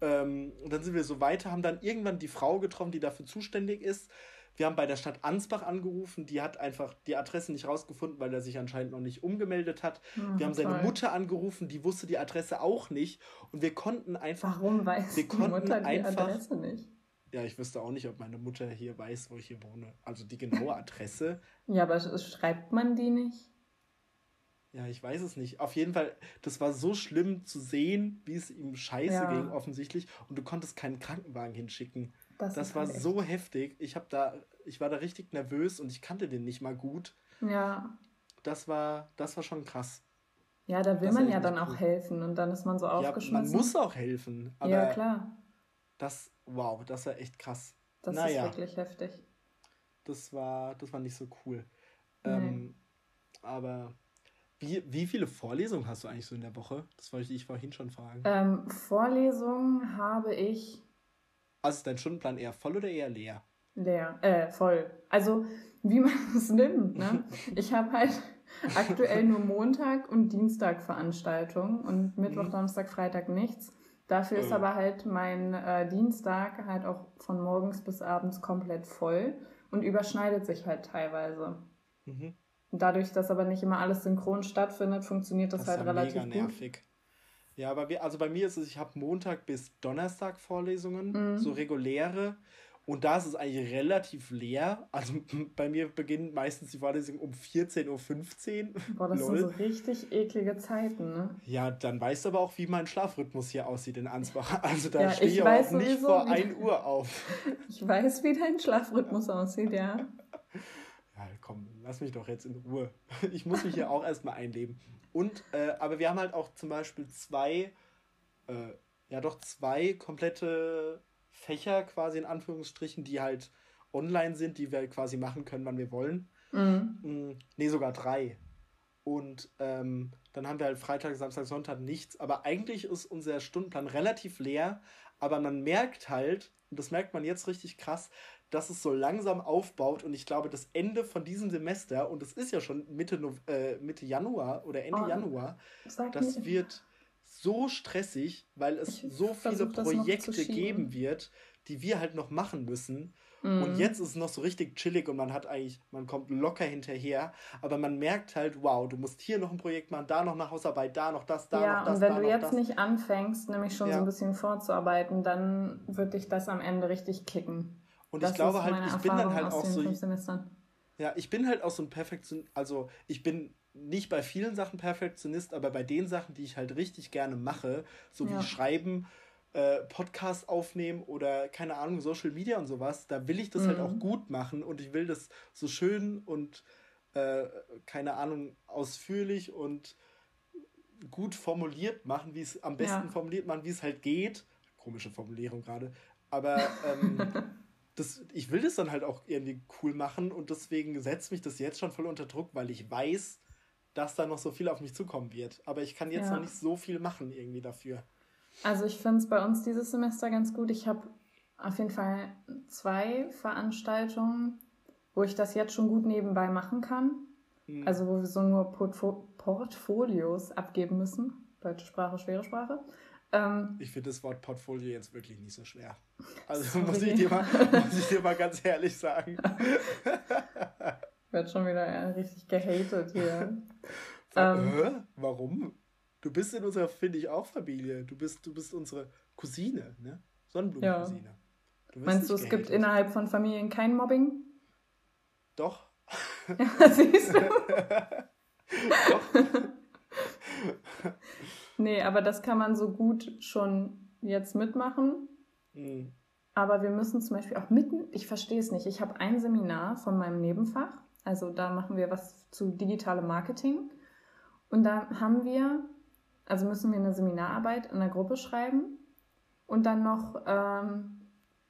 ähm, und dann sind wir so weiter, haben dann irgendwann die Frau getroffen, die dafür zuständig ist. Wir haben bei der Stadt Ansbach angerufen, die hat einfach die Adresse nicht rausgefunden, weil er sich anscheinend noch nicht umgemeldet hat. Hm, Wir haben seine toll. Mutter angerufen, die wusste die Adresse auch nicht. Und wir konnten einfach... Warum weiß wir die konnten Mutter die einfach, Adresse nicht? Ja, ich wüsste auch nicht, ob meine Mutter hier weiß, wo ich hier wohne. Also die genaue Adresse. Ja, aber sch- schreibt man die nicht? Ja, ich weiß es nicht. Auf jeden Fall, das war so schlimm zu sehen, wie es ihm scheiße Ja. ging, offensichtlich. Und du konntest keinen Krankenwagen hinschicken. Das, Das ist war halt echt. so heftig. Ich hab da, ich war da richtig nervös und ich kannte den nicht mal gut. Ja. Das war, das war schon krass. Ja, da will Das war man echt ja dann nicht auch cool. helfen und dann ist man so Ja, man aufgeschmissen. muss auch helfen. Aber Ja, klar. das, wow, das war echt krass. Das ist Naja, wirklich heftig. das war, das war nicht so cool. Nee. Ähm, aber wie, wie viele Vorlesungen hast du eigentlich so in der Woche? Das wollte ich dich vorhin schon fragen. Ähm, Vorlesungen habe ich Also ist dein Stundenplan eher voll oder eher leer? leer, äh, voll. Also, wie man es nimmt, ne? Ich habe halt aktuell nur Montag und Dienstag Veranstaltungen und Mittwoch, Mhm. Donnerstag, Freitag nichts. Dafür ist Äh. aber halt mein äh, Dienstag halt auch von morgens bis abends komplett voll und überschneidet sich halt teilweise. Mhm. Und dadurch, dass aber nicht immer alles synchron stattfindet, funktioniert das, Das ist halt ja relativ mega gut. nervig. Ja, aber wir, also bei mir ist es, ich habe Montag bis Donnerstag Vorlesungen, Mhm. so reguläre. Und da ist es eigentlich relativ leer. Also bei mir beginnen meistens die Vorlesungen um vierzehn Uhr fünfzehn. Boah, das sind so Lol. richtig eklige Zeiten, ne? Ja, dann weißt du aber auch, wie mein Schlafrhythmus hier aussieht in Ansbach. Also da Ja, stehe ich ich aber weiß auch nicht sowieso, vor wie- ein Uhr auf. Ich weiß, wie dein Schlafrhythmus aussieht, ja. Ja, komm, lass mich doch jetzt in Ruhe. Ich muss mich hier auch erstmal einleben. Und, äh, aber wir haben halt auch zum Beispiel zwei, äh, ja doch zwei komplette Fächer quasi in Anführungsstrichen, die halt online sind, die wir quasi machen können, wann wir wollen. Mhm. Mm, nee, sogar drei. Und ähm, dann haben wir halt Freitag, Samstag, Sonntag nichts. Aber eigentlich ist unser Stundenplan relativ leer. Aber man merkt halt, und das merkt man jetzt richtig krass, dass es so langsam aufbaut. Und ich glaube, das Ende von diesem Semester, und es ist ja schon Mitte, Nov- äh, Mitte Januar oder Ende Oh, Januar, Sag das mir, wird so stressig, weil es Ich so viele versuch das noch zu Projekte schieben. geben wird, die wir halt noch machen müssen. Mhm. Und jetzt ist es noch so richtig chillig und man hat eigentlich, man kommt locker hinterher, aber man merkt halt, wow, du musst hier noch ein Projekt machen, da noch eine Hausarbeit, da noch das, da ja, noch das, und wenn da du noch jetzt das. nicht anfängst, nämlich schon so Ja. ein bisschen vorzuarbeiten, dann wird dich das am Ende richtig kicken. Und Das ich glaube ist halt, meine ich bin dann Erfahrung halt aus auch den so, fünf Semestern. ja, ich bin halt auch so ein Perfektion, also ich bin nicht bei vielen Sachen Perfektionist, aber bei den Sachen, die ich halt richtig gerne mache, so wie Ja. Schreiben, äh, Podcast aufnehmen oder keine Ahnung, Social Media und sowas, da will ich das halt auch Mhm. gut machen und ich will das so schön und äh, keine Ahnung, ausführlich und gut formuliert machen, wie es am besten Ja. formuliert machen, wie es halt geht. Komische Formulierung gerade. Aber ähm, das, ich will das dann halt auch irgendwie cool machen und deswegen setzt mich das jetzt schon voll unter Druck, weil ich weiß, dass da noch so viel auf mich zukommen wird. Aber ich kann jetzt Ja. noch nicht so viel machen irgendwie dafür. Also ich finde es bei uns dieses Semester ganz gut. Ich habe auf jeden Fall zwei Veranstaltungen, wo ich das jetzt schon gut nebenbei machen kann. Hm. Also wo wir so nur Portfo- Portfolios abgeben müssen. Deutsche Sprache, schwere Sprache. Ähm, Ich finde das Wort Portfolio jetzt wirklich nicht so schwer. Also Sorry. muss ich, dir mal, muss ich dir mal ganz ehrlich sagen. wird schon wieder äh, richtig gehatet hier. Wa- Ähm. Hä? Warum? Du bist in unserer, finde ich, auch Familie. Du bist, du bist unsere Cousine, ne? Sonnenblumencousine. Du wirst Meinst du, nicht es gibt gehatet. innerhalb von Familien kein Mobbing? Doch. Ja, siehst du? Doch. Nee, aber das kann man so gut schon jetzt mitmachen. Hm. Aber wir müssen zum Beispiel auch mitten, ich verstehe es nicht, ich habe ein Seminar von meinem Nebenfach, also da machen wir was zu digitalem Marketing und da haben wir, also müssen wir eine Seminararbeit in der Gruppe schreiben und dann noch ähm,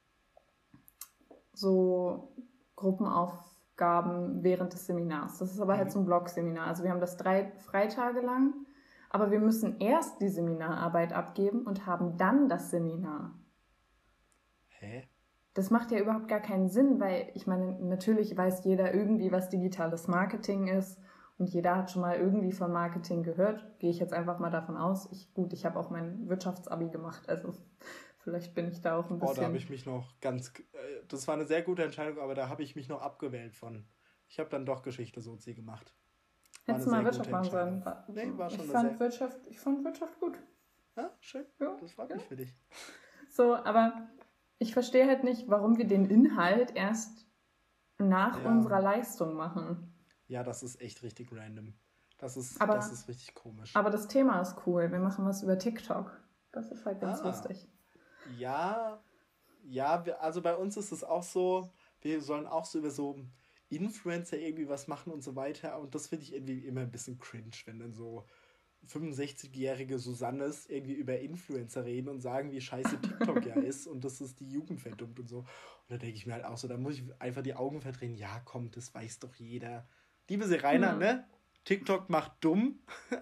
so Gruppenaufgaben während des Seminars. Das ist aber halt Mhm. so ein Blogseminar, also wir haben das drei Freitage lang, aber wir müssen erst die Seminararbeit abgeben und haben dann das Seminar. Hä? Das macht ja überhaupt gar keinen Sinn, weil ich meine, natürlich weiß jeder irgendwie, was digitales Marketing ist und jeder hat schon mal irgendwie von Marketing gehört. Gehe ich jetzt einfach mal davon aus. Ich, gut, ich habe auch mein Wirtschaftsabi gemacht, also Vielleicht bin ich da auch ein Oh, da bisschen... habe ich mich noch ganz... Äh, das war eine sehr gute Entscheidung, aber da habe ich mich noch abgewählt von. Ich habe dann doch Geschichte-Sozi gemacht. War Hättest eine du mal sehr gute Wirtschaft machen Entscheidung. sollen. War- Nee, war schon Ich eine fand sehr... Wirtschaft, ich fand Wirtschaft gut. Ja, schön. Ja, Das freut ja. mich für dich. So, aber ich verstehe halt nicht, warum wir den Inhalt erst nach Ja. unserer Leistung machen. Ja, das ist echt richtig random. Das ist, Aber- das ist richtig komisch. Aber das Thema ist cool. Wir machen was über TikTok. Das ist halt ganz Ah. lustig. Ja, ja, wir, also bei uns ist es auch so, wir sollen auch so über so Influencer irgendwie was machen und so weiter. Und das finde ich irgendwie immer ein bisschen cringe, wenn dann so fünfundsechzigjährige Susannes irgendwie über Influencer reden und sagen, wie scheiße TikTok ja ist und dass es die Jugend verdummt und so. Und da denke ich mir halt auch so, da muss ich einfach die Augen verdrehen. Ja, komm, das weiß doch jeder. Liebe Serena, Ja. ne? TikTok macht dumm.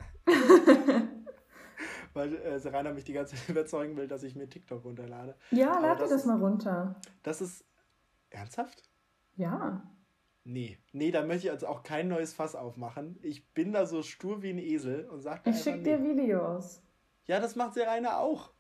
Weil äh, Serena mich die ganze Zeit überzeugen will, dass ich mir TikTok runterlade. Ja, Aber lad dir das das ist- mal runter. Das ist... Ernsthaft? Ja. Nee. Nee, da möchte ich also auch kein neues Fass aufmachen. Ich bin da so stur wie ein Esel und sag Ich einfach schick nee. dir Videos. Ja, das macht Serena auch.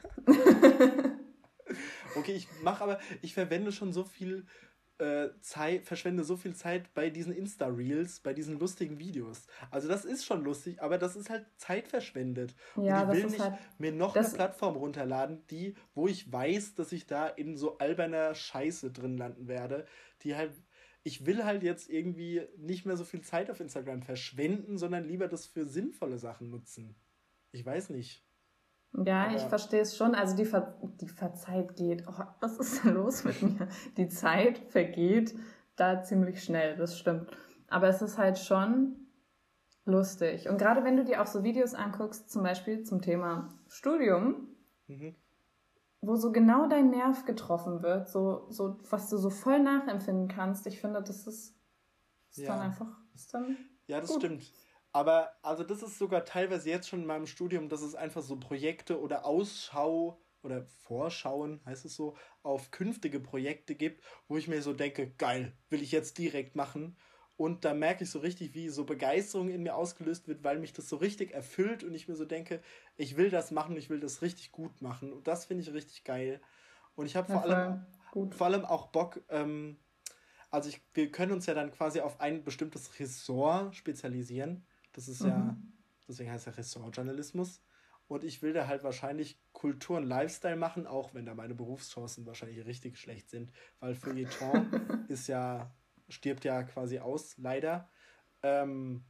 Okay, ich mache aber, ich verwende schon so viel äh, Zeit, verschwende so viel Zeit bei diesen Insta-Reels, bei diesen lustigen Videos. Also das ist schon lustig, aber das ist halt Zeit verschwendet. Ja, und ich das will ist nicht halt... mir noch das- eine Plattform runterladen, die, wo ich weiß, dass ich da in so alberner Scheiße drin landen werde, die halt, ich will halt jetzt irgendwie nicht mehr so viel Zeit auf Instagram verschwenden, sondern lieber das für sinnvolle Sachen nutzen. Ich weiß nicht. Ja, Aber- ich verstehe es schon. Also die, Ver die Verzeit geht. Oh, was ist denn los mit mir? Die Zeit vergeht da ziemlich schnell, das stimmt. Aber es ist halt schon lustig. Und gerade wenn du dir auch so Videos anguckst, zum Beispiel zum Thema Studium, Mhm. wo so genau dein Nerv getroffen wird, so, so was du so voll nachempfinden kannst, ich finde, das ist, ist Ja. dann einfach, ist dann Ja, das Gut. stimmt. Aber also das ist sogar teilweise jetzt schon in meinem Studium, dass es einfach so Projekte oder Ausschau oder Vorschauen, heißt es so, auf künftige Projekte gibt, wo ich mir so denke, geil, will ich jetzt direkt machen. Und da merke ich so richtig, wie so Begeisterung in mir ausgelöst wird, weil mich das so richtig erfüllt und ich mir so denke, ich will das machen, ich will das richtig gut machen. Und das finde ich richtig geil. Und ich habe ja, vor allem voll gut. vor allem auch Bock, ähm, also ich, wir können uns ja dann quasi auf ein bestimmtes Ressort spezialisieren. Das ist ja, Mhm. deswegen heißt ja Ressortjournalismus. Und ich will da halt wahrscheinlich Kultur und Lifestyle machen, auch wenn da meine Berufschancen wahrscheinlich richtig schlecht sind, weil Feuilleton ist ja, stirbt ja quasi aus, leider. Ähm,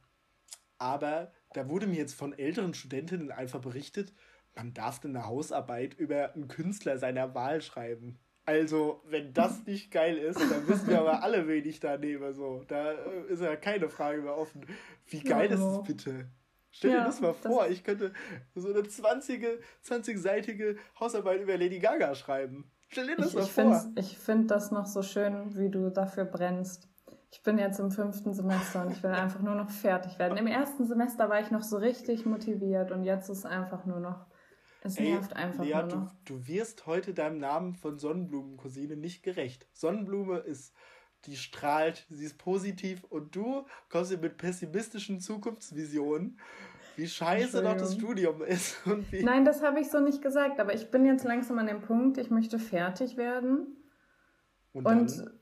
aber da wurde mir jetzt von älteren Studentinnen einfach berichtet, man darf eine Hausarbeit über einen Künstler seiner Wahl schreiben. Also, wenn das nicht geil ist, dann wissen wir aber alle, wen ich da nehme. So. Da äh, ist ja keine Frage mehr offen. Wie geil ist Ja. das bitte? Stell dir Ja, das mal das- vor, ich könnte so eine zwanzig, zwanzig-seitige Hausarbeit über Lady Gaga schreiben. Stell dir das Ich, mal ich vor. finde ich find das noch so schön, wie du dafür brennst. Ich bin jetzt im fünften Semester und ich will einfach nur noch fertig werden. Im ersten Semester war ich noch so richtig motiviert und jetzt ist einfach nur noch, es Ey, nervt einfach Lea, nur du, noch. du wirst heute deinem Namen von Sonnenblumencousine nicht gerecht. Sonnenblume ist, die strahlt, sie ist positiv und du kommst hier mit pessimistischen Zukunftsvisionen, wie scheiße doch das Studium ist und wie... Nein, das habe ich so nicht gesagt, aber ich bin jetzt langsam an dem Punkt, ich möchte fertig werden Und und, dann,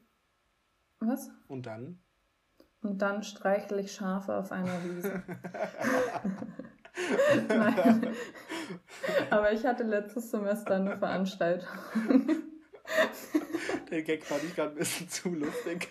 was? und dann? Und dann streichle ich Schafe auf einer Wiese. Nein. Aber ich hatte letztes Semester eine Veranstaltung. Der Gag fand ich gerade ein bisschen zu lustig.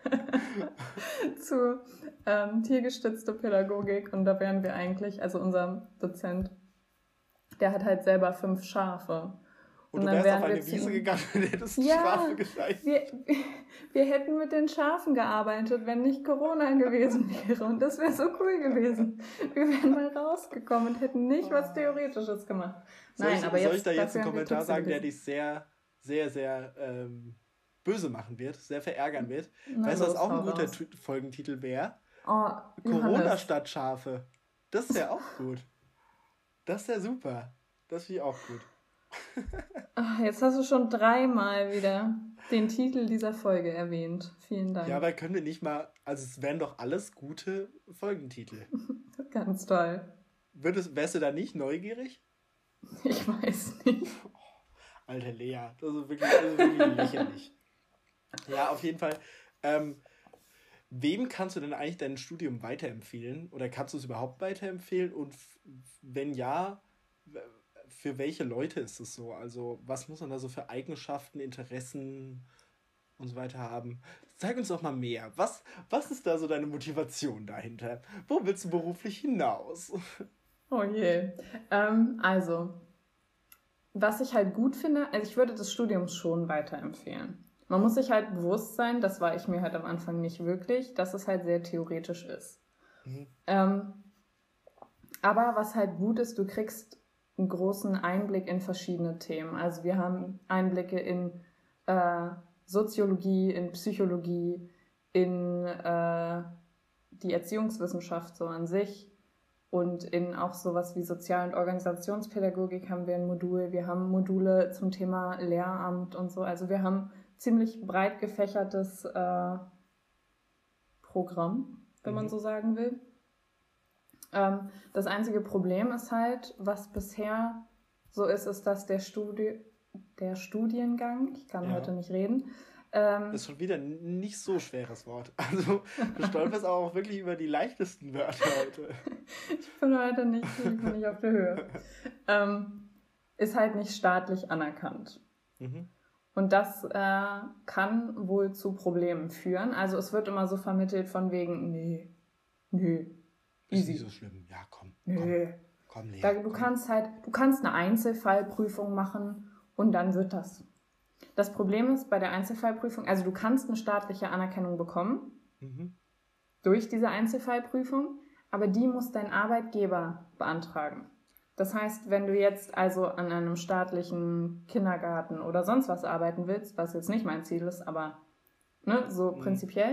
zu ähm, tiergestützte Pädagogik und da wären wir eigentlich, also unser Dozent, der hat halt selber fünf Schafe. Und, Und du dann wärst wären auf wir eine zu Wiese ihm- gegangen und hättest Ja. Strafe gescheit. Wir, wir hätten mit den Schafen gearbeitet, wenn nicht Corona gewesen wäre und das wäre so cool gewesen. Wir wären mal rausgekommen und hätten nicht was Theoretisches gemacht. Soll Nein, ich, aber soll jetzt, ich da jetzt dafür einen haben wir Kommentar Tipps sagen, der gelesen. dich sehr, sehr, sehr ähm, böse machen wird, sehr verärgern wird? Na weißt du, was los, auch ein hau guter raus. Tu- Folgentitel wäre? Oh, Corona Johannes. statt Schafe. Das wäre auch gut. Das wäre super. Das finde ich auch gut. Ach, jetzt hast du schon dreimal wieder den Titel dieser Folge erwähnt. Vielen Dank. Ja, aber können wir nicht mal, also es wären doch alles gute Folgentitel. Ganz toll. Würdest, wärst du da nicht neugierig? Ich weiß nicht. Alter Lea, das ist wirklich, das ist wirklich lächerlich. Ja, auf jeden Fall. Ähm, wem kannst du denn eigentlich dein Studium weiterempfehlen? Oder kannst du es überhaupt weiterempfehlen? Und f- wenn ja, w- für welche Leute ist es so? Also, was muss man da so für Eigenschaften, Interessen und so weiter haben? Zeig uns doch mal mehr. Was, was ist da so deine Motivation dahinter? Wo willst du beruflich hinaus? Oh je. Ähm, also, was ich halt gut finde, also ich würde das Studium schon weiterempfehlen. Man muss sich halt bewusst sein, das war ich mir halt am Anfang nicht wirklich, dass es halt sehr theoretisch ist. Mhm. Ähm, aber was halt gut ist, du kriegst einen großen Einblick in verschiedene Themen. Also wir haben Einblicke in äh, Soziologie, in Psychologie, in äh, die Erziehungswissenschaft so an sich und in auch sowas wie Sozial- und Organisationspädagogik haben wir ein Modul. Wir haben Module zum Thema Lehramt und so. Also wir haben ziemlich breit gefächertes äh, Programm, wenn man Mhm. so sagen will. Ähm, das einzige Problem ist halt, was bisher so ist, ist, dass der, Studi der Studiengang, ich kann Ja. heute nicht reden, ähm, Ist schon wieder ein nicht so schweres Wort. Also, du stolperst auch wirklich über die leichtesten Wörter heute. ich bin heute nicht, ich bin nicht auf der Höhe, ähm, ist halt nicht staatlich anerkannt. Mhm. Und das äh, kann wohl zu Problemen führen. Also es wird immer so vermittelt von wegen, nee, nö, Ist easy. nicht so schlimm. Ja, komm. Nö. Komm, komm Lea. Da, du komm. kannst halt, du kannst eine Einzelfallprüfung machen und dann wird das. Das Problem ist bei der Einzelfallprüfung, also du kannst eine staatliche Anerkennung bekommen Mhm. durch diese Einzelfallprüfung, aber die muss dein Arbeitgeber beantragen. Das heißt, wenn du jetzt also an einem staatlichen Kindergarten oder sonst was arbeiten willst, was jetzt nicht mein Ziel ist, aber ne, so Mhm. prinzipiell,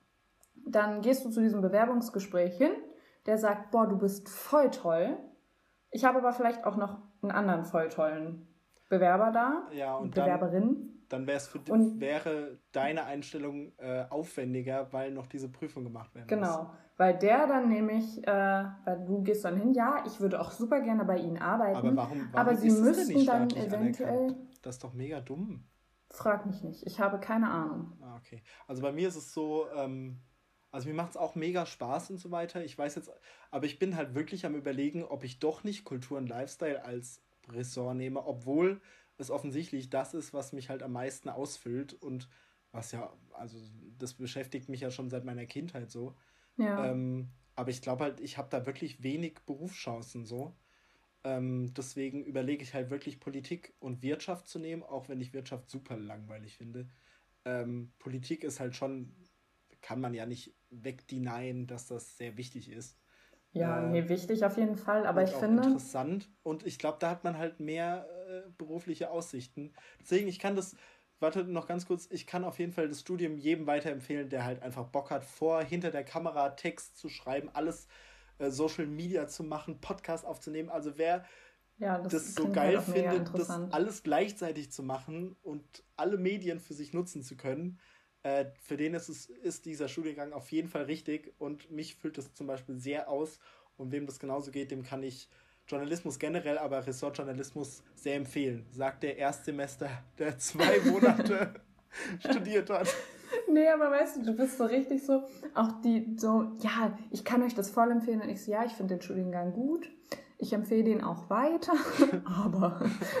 dann gehst du zu diesem Bewerbungsgespräch hin, der sagt, boah, du bist voll toll. Ich habe aber vielleicht auch noch einen anderen voll tollen Bewerber da, Ja, und dann, Bewerberin. dann wär's für, di- Und wäre deine Einstellung äh, aufwendiger, weil noch diese Prüfung gemacht werden muss. genau, weil der dann nämlich, äh, weil du gehst dann hin, ja, ich würde auch super gerne bei Ihnen arbeiten, Aber warum, aber warum Sie ist es denn müssten nicht dann staatlich eventuell, anerkannt? Das ist doch mega dumm. frag mich nicht, ich habe keine Ahnung. Ah, okay. Also bei mir ist es so, ähm, also mir macht es auch mega Spaß und so weiter. Ich weiß jetzt, aber ich bin halt wirklich am Überlegen, ob ich doch nicht Kultur und Lifestyle als Ressort nehme, obwohl es offensichtlich das ist, was mich halt am meisten ausfüllt und was ja, also das beschäftigt mich ja schon seit meiner Kindheit so. Ja, Ähm, aber ich glaube halt, ich habe da wirklich wenig Berufschancen so. Ähm, deswegen überlege ich halt wirklich Politik und Wirtschaft zu nehmen, auch wenn ich Wirtschaft super langweilig finde. Ähm, Politik ist halt schon, kann man ja nicht wegdenyen, dass das sehr wichtig ist. ja, Äh, nee, wichtig auf jeden Fall, aber und ich auch finde, interessant. Und ich glaube, da hat man halt mehr äh, berufliche Aussichten. Deswegen, ich kann das, warte noch ganz kurz, ich kann auf jeden Fall das Studium jedem weiterempfehlen, der halt einfach Bock hat, vor, hinter der Kamera Text zu schreiben, alles äh, Social Media zu machen, Podcast aufzunehmen. Also wer ja, das das so klingt geil halt auch mega findet, das interessant. alles gleichzeitig zu machen und alle Medien für sich nutzen zu können, äh, für den ist, es, ist dieser Studiengang auf jeden Fall richtig und mich füllt das zum Beispiel sehr aus und wem das genauso geht, dem kann ich Journalismus generell, aber Ressortjournalismus sehr empfehlen, sagt der Erstsemester, der zwei Monate studiert hat. Nee, aber weißt du, du bist so richtig so, auch die so, ja, ich kann euch das voll empfehlen. Und ich so, ja, ich finde den Studiengang gut. Ich empfehle den auch weiter. Aber,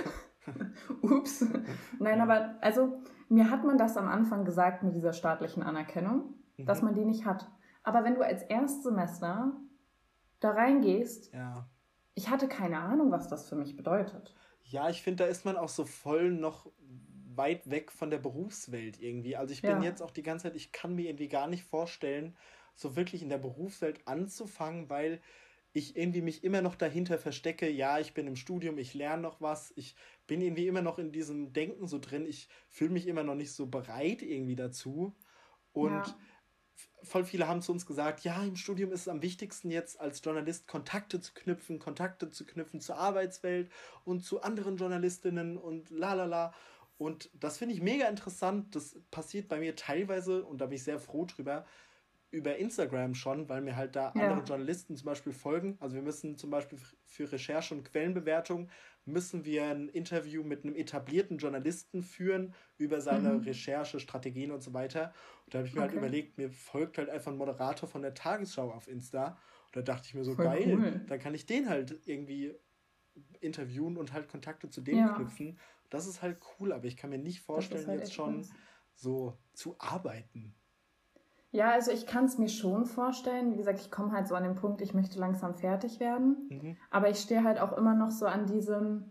ups. Nein, Ja. aber, also, mir hat man das am Anfang gesagt mit dieser staatlichen Anerkennung, dass Mhm. man die nicht hat. Aber wenn du als Erstsemester da reingehst, Ja. ich hatte keine Ahnung, was das für mich bedeutet. Ja, ich finde, da ist man auch so voll noch weit weg von der Berufswelt irgendwie. Also ich bin Ja, jetzt auch die ganze Zeit, ich kann mir irgendwie gar nicht vorstellen, so wirklich in der Berufswelt anzufangen, weil ich irgendwie mich immer noch dahinter verstecke, ja, ich bin im Studium, ich lerne noch was, ich bin irgendwie immer noch in diesem Denken so drin, ich fühle mich immer noch nicht so bereit irgendwie dazu. Und ja, f- voll viele haben zu uns gesagt, ja, im Studium ist es am wichtigsten jetzt als Journalist Kontakte zu knüpfen, Kontakte zu knüpfen zur Arbeitswelt und zu anderen Journalistinnen und la la la. Und das finde ich mega interessant. Das passiert bei mir teilweise, und da bin ich sehr froh drüber, über Instagram schon, weil mir halt da Ja. andere Journalisten zum Beispiel folgen. Also wir müssen zum Beispiel f- für Recherche und Quellenbewertung müssen wir ein Interview mit einem etablierten Journalisten führen über seine Mhm. Recherche, Strategien und so weiter. Und da habe ich mir halt Okay. überlegt, mir folgt halt einfach ein Moderator von der Tagesschau auf Insta. Und da dachte ich mir so, Voll geil, cool. dann kann ich den halt irgendwie interviewen und halt Kontakte zu dem Ja, knüpfen. Das ist halt cool, aber ich kann mir nicht das ist vorstellen, halt jetzt echt schon nice. so zu arbeiten. Ja, also ich kann es mir schon vorstellen. Wie gesagt, ich komme halt so an den Punkt, ich möchte langsam fertig werden. Mhm. Aber ich stehe halt auch immer noch so an diesem,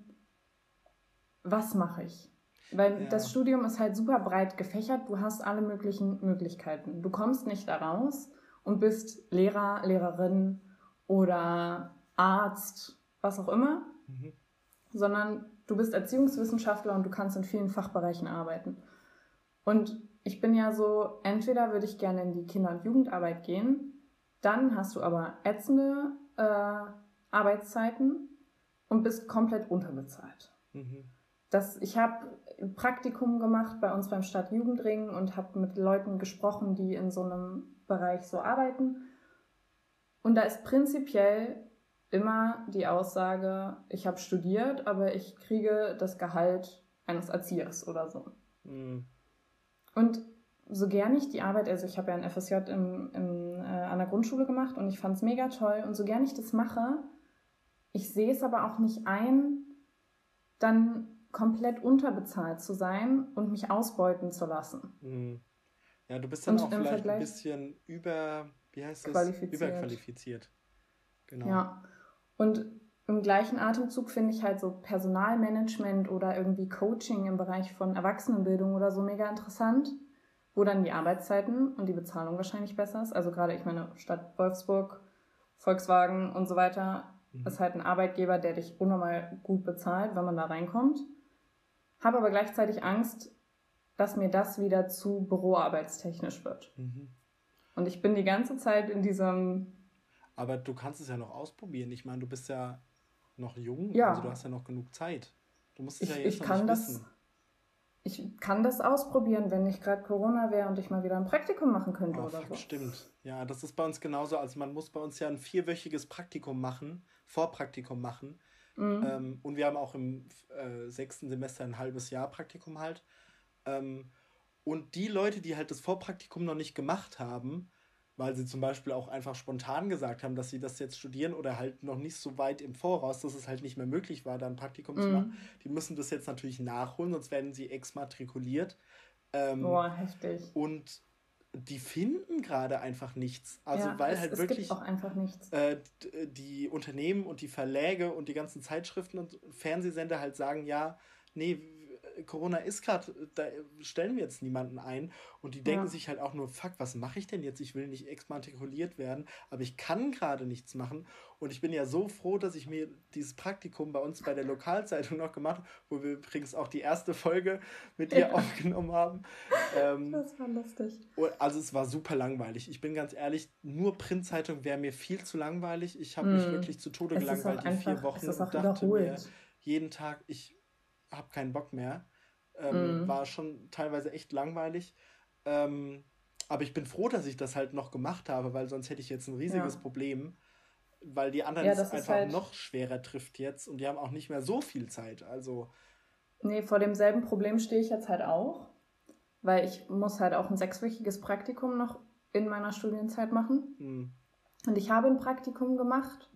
was mache ich? Weil das Ja. Studium ist halt super breit gefächert. Du hast alle möglichen Möglichkeiten. Du kommst nicht da raus und bist Lehrer, Lehrerin oder Arzt, was auch immer, Mhm. sondern du bist Erziehungswissenschaftler und du kannst in vielen Fachbereichen arbeiten. Und ich bin ja so, entweder würde ich gerne in die Kinder- und Jugendarbeit gehen, dann hast du aber ätzende äh, Arbeitszeiten und bist komplett unterbezahlt. Mhm. Das, ich habe ein Praktikum gemacht bei uns beim Stadtjugendring und habe mit Leuten gesprochen, die in so einem Bereich so arbeiten. Und da ist prinzipiell immer die Aussage, ich habe studiert, aber ich kriege das Gehalt eines Erziehers oder so. Mhm. Und so gern ich die Arbeit, also ich habe ja ein F S J im, im, äh, an der Grundschule gemacht und ich fand es mega toll. Und so gern ich das mache, ich sehe es aber auch nicht ein, dann komplett unterbezahlt zu sein und mich ausbeuten zu lassen. Mhm. Ja, du bist dann Und auch im vielleicht ein Vergleich bisschen über, wie heißt es, qualifiziert. überqualifiziert. Genau. Ja. Und im gleichen Atemzug finde ich halt so Personalmanagement oder irgendwie Coaching im Bereich von Erwachsenenbildung oder so mega interessant, wo dann die Arbeitszeiten und die Bezahlung wahrscheinlich besser ist. Also gerade, ich meine, Stadt Wolfsburg, Volkswagen und so weiter Mhm. ist halt ein Arbeitgeber, der dich unnormal gut bezahlt, wenn man da reinkommt. Habe aber gleichzeitig Angst, dass mir das wieder zu büroarbeitstechnisch wird. Mhm. Und ich bin die ganze Zeit in diesem, Aber du kannst es ja noch ausprobieren. Ich meine, du bist ja noch jung, also du ja, hast ja noch genug Zeit. Du musst es ja ich, jetzt ich noch kann nicht das, wissen. ich kann das ausprobieren, wenn nicht gerade Corona wäre und ich mal wieder ein Praktikum machen könnte Oh, oder fuck, so. stimmt. Ja, das ist bei uns genauso. Also man muss bei uns ja ein vierwöchiges Praktikum machen, Vorpraktikum machen. Mhm. Ähm, und wir haben auch im äh, sechsten Semester ein halbes Jahr Praktikum halt. Ähm, und die Leute, die halt das Vorpraktikum noch nicht gemacht haben, weil sie zum Beispiel auch einfach spontan gesagt haben, dass sie das jetzt studieren oder halt noch nicht so weit im Voraus, dass es halt nicht mehr möglich war, da ein Praktikum zu machen, Mhm. die müssen das jetzt natürlich nachholen, sonst werden sie exmatrikuliert. Ähm, Boah, heftig. und die finden gerade einfach nichts. Also Ja, weil es, halt es gibt wirklich auch einfach nichts. äh, d- die Unternehmen und die Verläge und die ganzen Zeitschriften und Fernsehsender halt sagen, ja, nee, w- Corona ist gerade, da stellen wir jetzt niemanden ein. Und die denken Ja, sich halt auch nur, fuck, was mache ich denn jetzt? Ich will nicht exmatrikuliert werden, aber ich kann gerade nichts machen. Und ich bin ja so froh, dass ich mir dieses Praktikum bei uns bei der Lokalzeitung noch gemacht habe, wo wir übrigens auch die erste Folge mit dir ja, aufgenommen haben. Ähm, das war lustig. Oh, also es war super langweilig. Ich bin ganz ehrlich, nur Printzeitung wäre mir viel zu langweilig. Ich habe mich Mhm. wirklich zu Tode Es ist auch gelangweilt die vier einfach, es Wochen ist auch und dachte mir wiederholt. jeden Tag, ich habe keinen Bock mehr. Ähm, Mhm. war schon teilweise echt langweilig. Ähm, aber ich bin froh, dass ich das halt noch gemacht habe, weil sonst hätte ich jetzt ein riesiges Ja. Problem, weil die anderen Ja, es das ist einfach halt, noch schwerer trifft jetzt und die haben auch nicht mehr so viel Zeit. Also, nee, vor demselben Problem stehe ich jetzt halt auch, weil ich muss halt auch ein sechswöchiges Praktikum noch in meiner Studienzeit machen. hm, Und ich habe ein Praktikum gemacht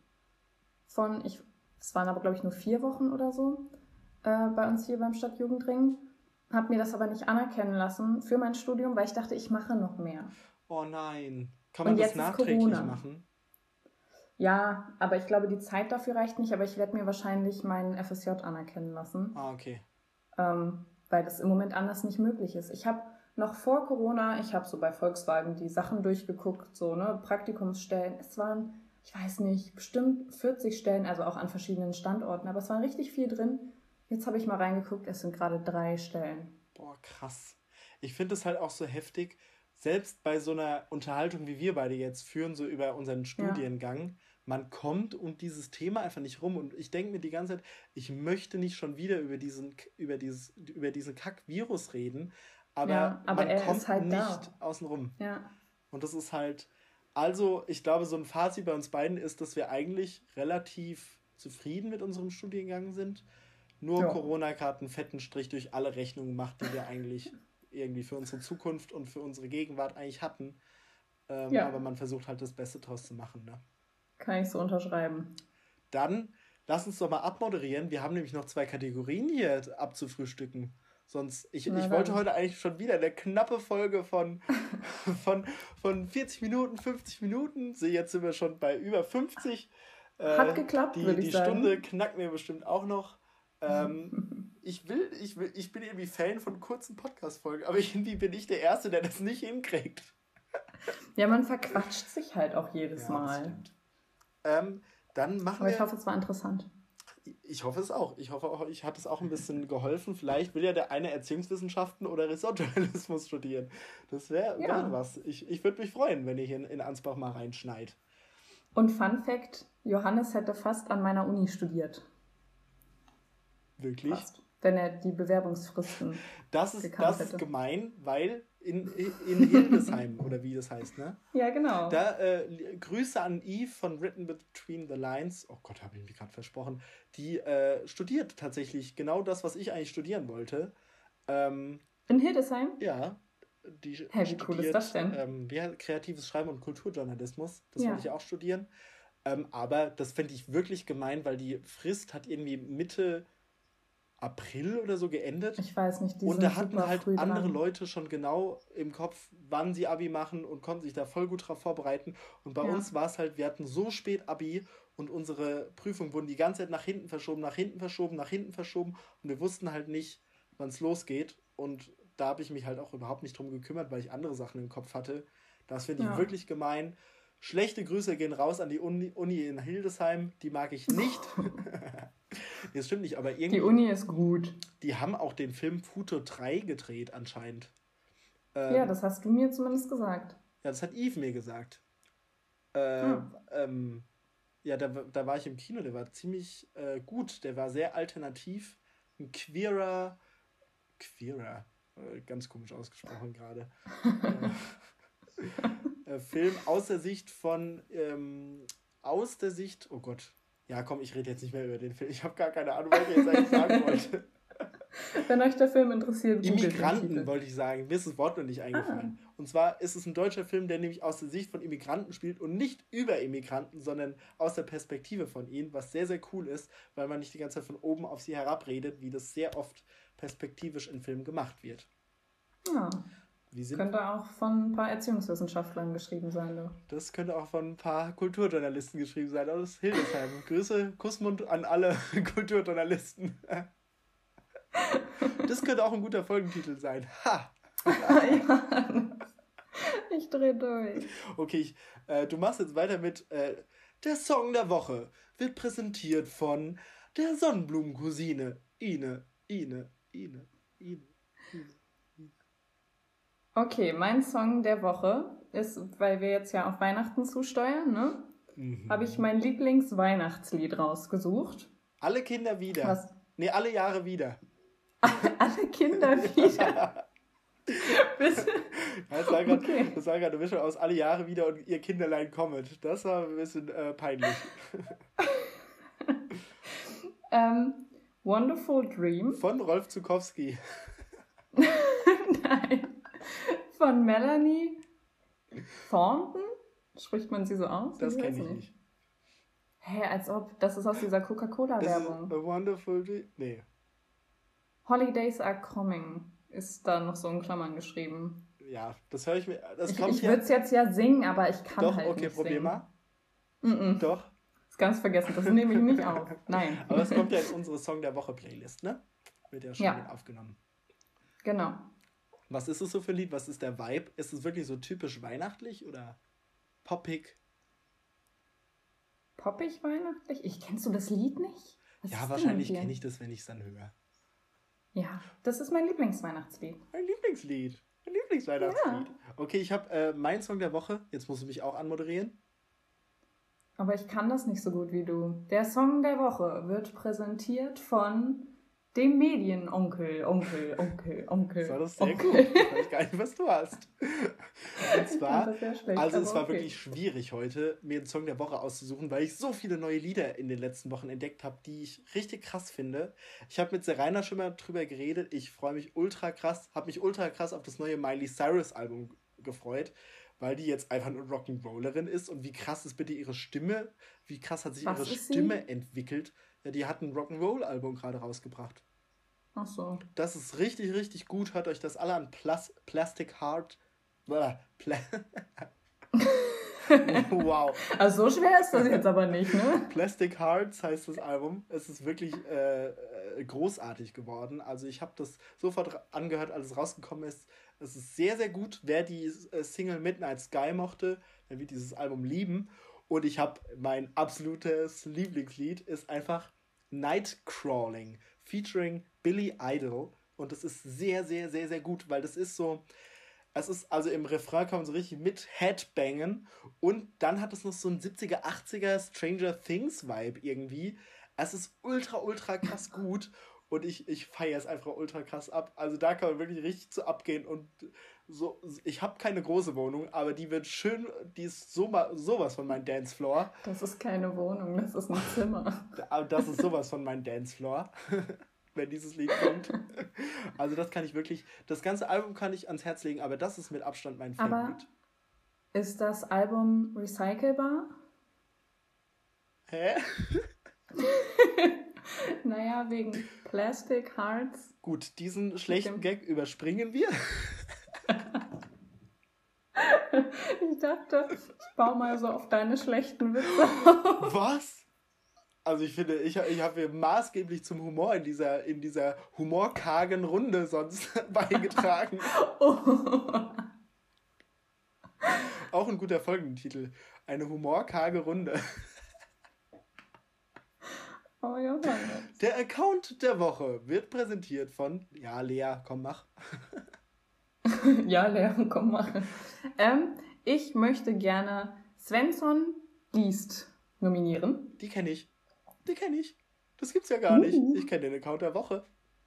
von, ich, es waren aber glaube ich nur vier Wochen oder so, äh, bei uns hier beim Stadtjugendring. Habe mir das aber nicht anerkennen lassen für mein Studium, weil ich dachte, ich mache noch mehr. oh nein, kann man Und das jetzt ist nachträglich Corona. machen? Ja, aber ich glaube, die Zeit dafür reicht nicht, aber ich werde mir wahrscheinlich meinen F S J anerkennen lassen, Ah, okay. ähm, weil das im Moment anders nicht möglich ist. Ich habe noch vor Corona, ich habe so bei Volkswagen die Sachen durchgeguckt, so, ne, Praktikumsstellen. Es waren, ich weiß nicht, bestimmt vierzig Stellen, also auch an verschiedenen Standorten, aber es war richtig viel drin. Jetzt habe ich mal reingeguckt, es sind gerade drei Stellen. Boah, krass. Ich finde es halt auch so heftig, selbst bei so einer Unterhaltung, wie wir beide jetzt führen, so über unseren Ja, Studiengang, man kommt um dieses Thema einfach nicht rum. Und ich denke mir die ganze Zeit, ich möchte nicht schon wieder über diesen, über dieses, über diesen Kack-Virus reden, aber ja, aber man er ist kommt halt nicht da. außen rum. Ja, Und das ist halt, Also, ich glaube, so ein Fazit bei uns beiden ist, dass wir eigentlich relativ zufrieden mit unserem Studiengang sind. Nur Ja. Corona hat gerade einen fetten Strich durch alle Rechnungen gemacht, die wir eigentlich irgendwie für unsere Zukunft und für unsere Gegenwart eigentlich hatten. Ähm, Ja. Aber man versucht halt das Beste draus zu machen. Ne? Kann ich so unterschreiben. Dann lass uns doch mal abmoderieren. Wir haben nämlich noch zwei Kategorien hier abzufrühstücken. Sonst, ich, Na ich wollte dann. heute eigentlich schon wieder eine knappe Folge von, von, von vierzig Minuten, fünfzig Minuten. Sehe, jetzt sind wir schon bei über fünfzig. Hat Äh, geklappt, die würde die ich sagen. Stunde knacken wir bestimmt auch noch. Ähm, ich, will, ich, will, ich bin irgendwie Fan von kurzen Podcast-Folgen, aber irgendwie bin ich der Erste, der das nicht hinkriegt. Ja, man verquatscht sich halt auch jedes Ja, das Mal. stimmt. Ähm, dann machen Aber ich wir. hoffe, es war interessant. Ich hoffe es auch. Ich hoffe auch, ich hat es auch ein bisschen geholfen. Vielleicht will ja der eine Erziehungswissenschaften oder Ressortjournalismus studieren. Das wäre wär Ja. was. Ich, ich würde mich freuen, wenn ihr hier in, in Ansbach mal reinschneit. Und Fun Fact: Johannes hätte fast an meiner Uni studiert. Wirklich? Fast. Wenn er die Bewerbungsfristen Das ist, gekannt das ist hätte. gemein, weil in, in Hildesheim, oder wie das heißt, ne? Ja, genau. Da äh, Grüße an Eve von Written Between the Lines. Oh Gott, habe ich mich gerade versprochen. Die äh, studiert tatsächlich genau das, was ich eigentlich studieren wollte. Ähm, In Hildesheim? ja, die Hä, wie studiert cool ist das denn? ähm, wie heißt, kreatives Schreiben und Kulturjournalismus. Das Ja. wollte ich auch studieren. Ähm, aber das fände ich wirklich gemein, weil die Frist hat irgendwie Mitte April oder so geendet. Ich weiß nicht, die Und sind da hatten super halt früh andere dran. Leute schon genau im Kopf, wann sie Abi machen und konnten sich da voll gut drauf vorbereiten. Und bei Ja. uns war es halt, wir hatten so spät Abi und unsere Prüfungen wurden die ganze Zeit nach hinten verschoben, nach hinten verschoben, nach hinten verschoben. Und wir wussten halt nicht, wann es losgeht. Und da habe ich mich halt auch überhaupt nicht drum gekümmert, weil ich andere Sachen im Kopf hatte. Das finde ich Ja. wirklich gemein. Schlechte Grüße gehen raus an die Uni, Uni in Hildesheim. Die mag ich nicht. Nee, das stimmt nicht, aber irgendwie. Die Uni ist gut. Die haben auch den Film Futo drei gedreht, anscheinend. Ähm, Ja, das hast du mir zumindest gesagt. ja, das hat Yves mir gesagt. Äh, Ah. ähm, ja, da, da war ich im Kino, der war ziemlich äh, gut. Der war sehr alternativ. Ein queerer. Queerer. Äh, ganz komisch ausgesprochen gerade. äh, äh, Film aus der Sicht von. Ähm, aus der Sicht. Oh Gott. Ja, komm, ich rede jetzt nicht mehr über den Film. Ich habe gar keine Ahnung, was ich jetzt eigentlich sagen wollte. Wenn euch der Film interessiert, googelt den Immigranten, Titel. wollte ich sagen. Mir ist das Wort noch nicht eingefallen. Und zwar ist es ein deutscher Film, der nämlich aus der Sicht von Immigranten spielt und nicht über Immigranten, sondern aus der Perspektive von ihnen, was sehr, sehr cool ist, weil man nicht die ganze Zeit von oben auf sie herabredet, wie das sehr oft perspektivisch in Filmen gemacht wird. Ja, Wie sind, könnte auch von ein paar Erziehungswissenschaftlern geschrieben sein. Du. das könnte auch von ein paar Kulturjournalisten geschrieben sein aus Hildesheim. Grüße, Kussmund an alle Kulturjournalisten. Das könnte auch ein guter Folgentitel sein. Ha! Ja, ich drehe durch. Okay, ich, äh, du machst jetzt weiter mit äh, der Song der Woche. Wird präsentiert von der Sonnenblumencousine. Ine, Ine, Ine, Ine, Ine. Okay, mein Song der Woche ist, weil wir jetzt ja auf Weihnachten zusteuern, ne? Mhm. Habe ich mein Lieblingsweihnachtslied rausgesucht. Alle Kinder wieder. Was? Nee, alle Jahre wieder. Alle Kinder wieder. Bitte? Das war gerade Okay. das war gerade eine Mischung aus alle Jahre wieder und ihr Kinderlein kommet. Das war ein bisschen äh, peinlich. Ähm, Wonderful Dream. Von Rolf Zukowski. Nein. Von Melanie Thornton. Spricht man sie so aus? Das weiß kenne ich nicht. Hä, als ob. Das ist aus dieser Ist es Coca-Cola-Werbung. A Wonderful Dream? Nee. Holidays are coming. Ist da noch so in Klammern geschrieben. Ja, das höre ich mir. Das Ich, kommt ich ja. würde es jetzt ja singen, aber ich kann Doch, halt okay, nicht probier singen. mal. Mm-mm. Doch. Ist ganz vergessen. Das nehme ich nicht auf. Nein. Aber es kommt ja in unsere Song der Woche Playlist, ne? Wird ja schon Ja. mit aufgenommen. Genau. Was ist es so für ein Lied? Was ist der Vibe? Ist es wirklich so typisch weihnachtlich oder poppig? Poppig weihnachtlich? Ich kennst du das Lied nicht? Was ist Ja, denn wahrscheinlich mit dir? kenne ich das, wenn ich es dann höre. Ja, das ist mein Lieblingsweihnachtslied. Mein Lieblingslied. Mein Lieblingsweihnachtslied. Okay, ich habe äh, meinen Song der Woche. Jetzt musst du mich auch anmoderieren. Aber ich kann das nicht so gut wie du. Der Song der Woche wird präsentiert von dem Medienonkel, Onkel, Onkel, Onkel. Das war das sehr Onkel. gut. Ich weiß gar nicht, was du hast. Und zwar, Ich fand das sehr schlecht, also es aber war okay. wirklich schwierig heute, mir einen Song der Woche auszusuchen, weil ich so viele neue Lieder in den letzten Wochen entdeckt habe, die ich richtig krass finde. Ich habe mit Serena schon mal drüber geredet. Ich freue mich ultra krass, habe mich ultra krass auf das neue Miley Cyrus Album gefreut, weil die jetzt einfach eine Rock'n'Rollerin ist. Und wie krass ist bitte ihre Stimme? Wie krass hat sich Was ihre ist sie? Stimme entwickelt? Ja, die hat ein Rock'n'Roll-Album gerade rausgebracht. Ach so. Das ist richtig, richtig gut. Hört euch das alle an. Plas Plastic Heart. Blah, Pla wow. Also so schwer ist das jetzt aber nicht, ne? Plastic Hearts heißt das Album. Es ist wirklich äh, äh, großartig geworden. Also ich habe das sofort angehört, als es rausgekommen ist. Es ist sehr, sehr gut. Wer die äh, Single Midnight Sky mochte, der wird dieses Album lieben. Und ich habe mein absolutes Lieblingslied ist einfach Nightcrawling featuring Billy Idol. Und das ist sehr, sehr, sehr, sehr gut, weil das ist so... Es ist, also im Refrain kann man so richtig mit Headbangen und dann hat es noch so einen siebziger, achtziger Stranger Things Vibe irgendwie. Es ist ultra, ultra krass gut und ich, ich feiere es einfach ultra krass ab. Also da kann man wirklich richtig zu abgehen und so. Ich habe keine große Wohnung, aber die wird schön, die ist so mal, sowas von meinem Dancefloor. Das ist keine Wohnung, das ist ein Zimmer. Das ist sowas von meinem Dancefloor. Wenn dieses Lied kommt. Also das kann ich wirklich, das ganze Album kann ich ans Herz legen, aber das ist mit Abstand mein Favorit. Aber ist das Album recycelbar? Hä? Naja, wegen Plastic Hearts. Gut, diesen schlechten Gag überspringen wir. Ich dachte, ich baue mal so auf deine schlechten Witze auf. Was? Also ich finde, ich, ich habe maßgeblich zum Humor in dieser, in dieser humorkargen Runde sonst beigetragen. Oh. Auch ein guter Folgentitel. Eine humorkarge Runde. Oh, Johannes. Der Account der Woche wird präsentiert von... Ja, Lea, komm, mach. Ja, Lea, komm, mach. Ähm, ich möchte gerne Svensson Giest nominieren. Die kenne ich. Die kenne ich. Das gibt's ja gar nicht. Ich kenne den Account der Woche.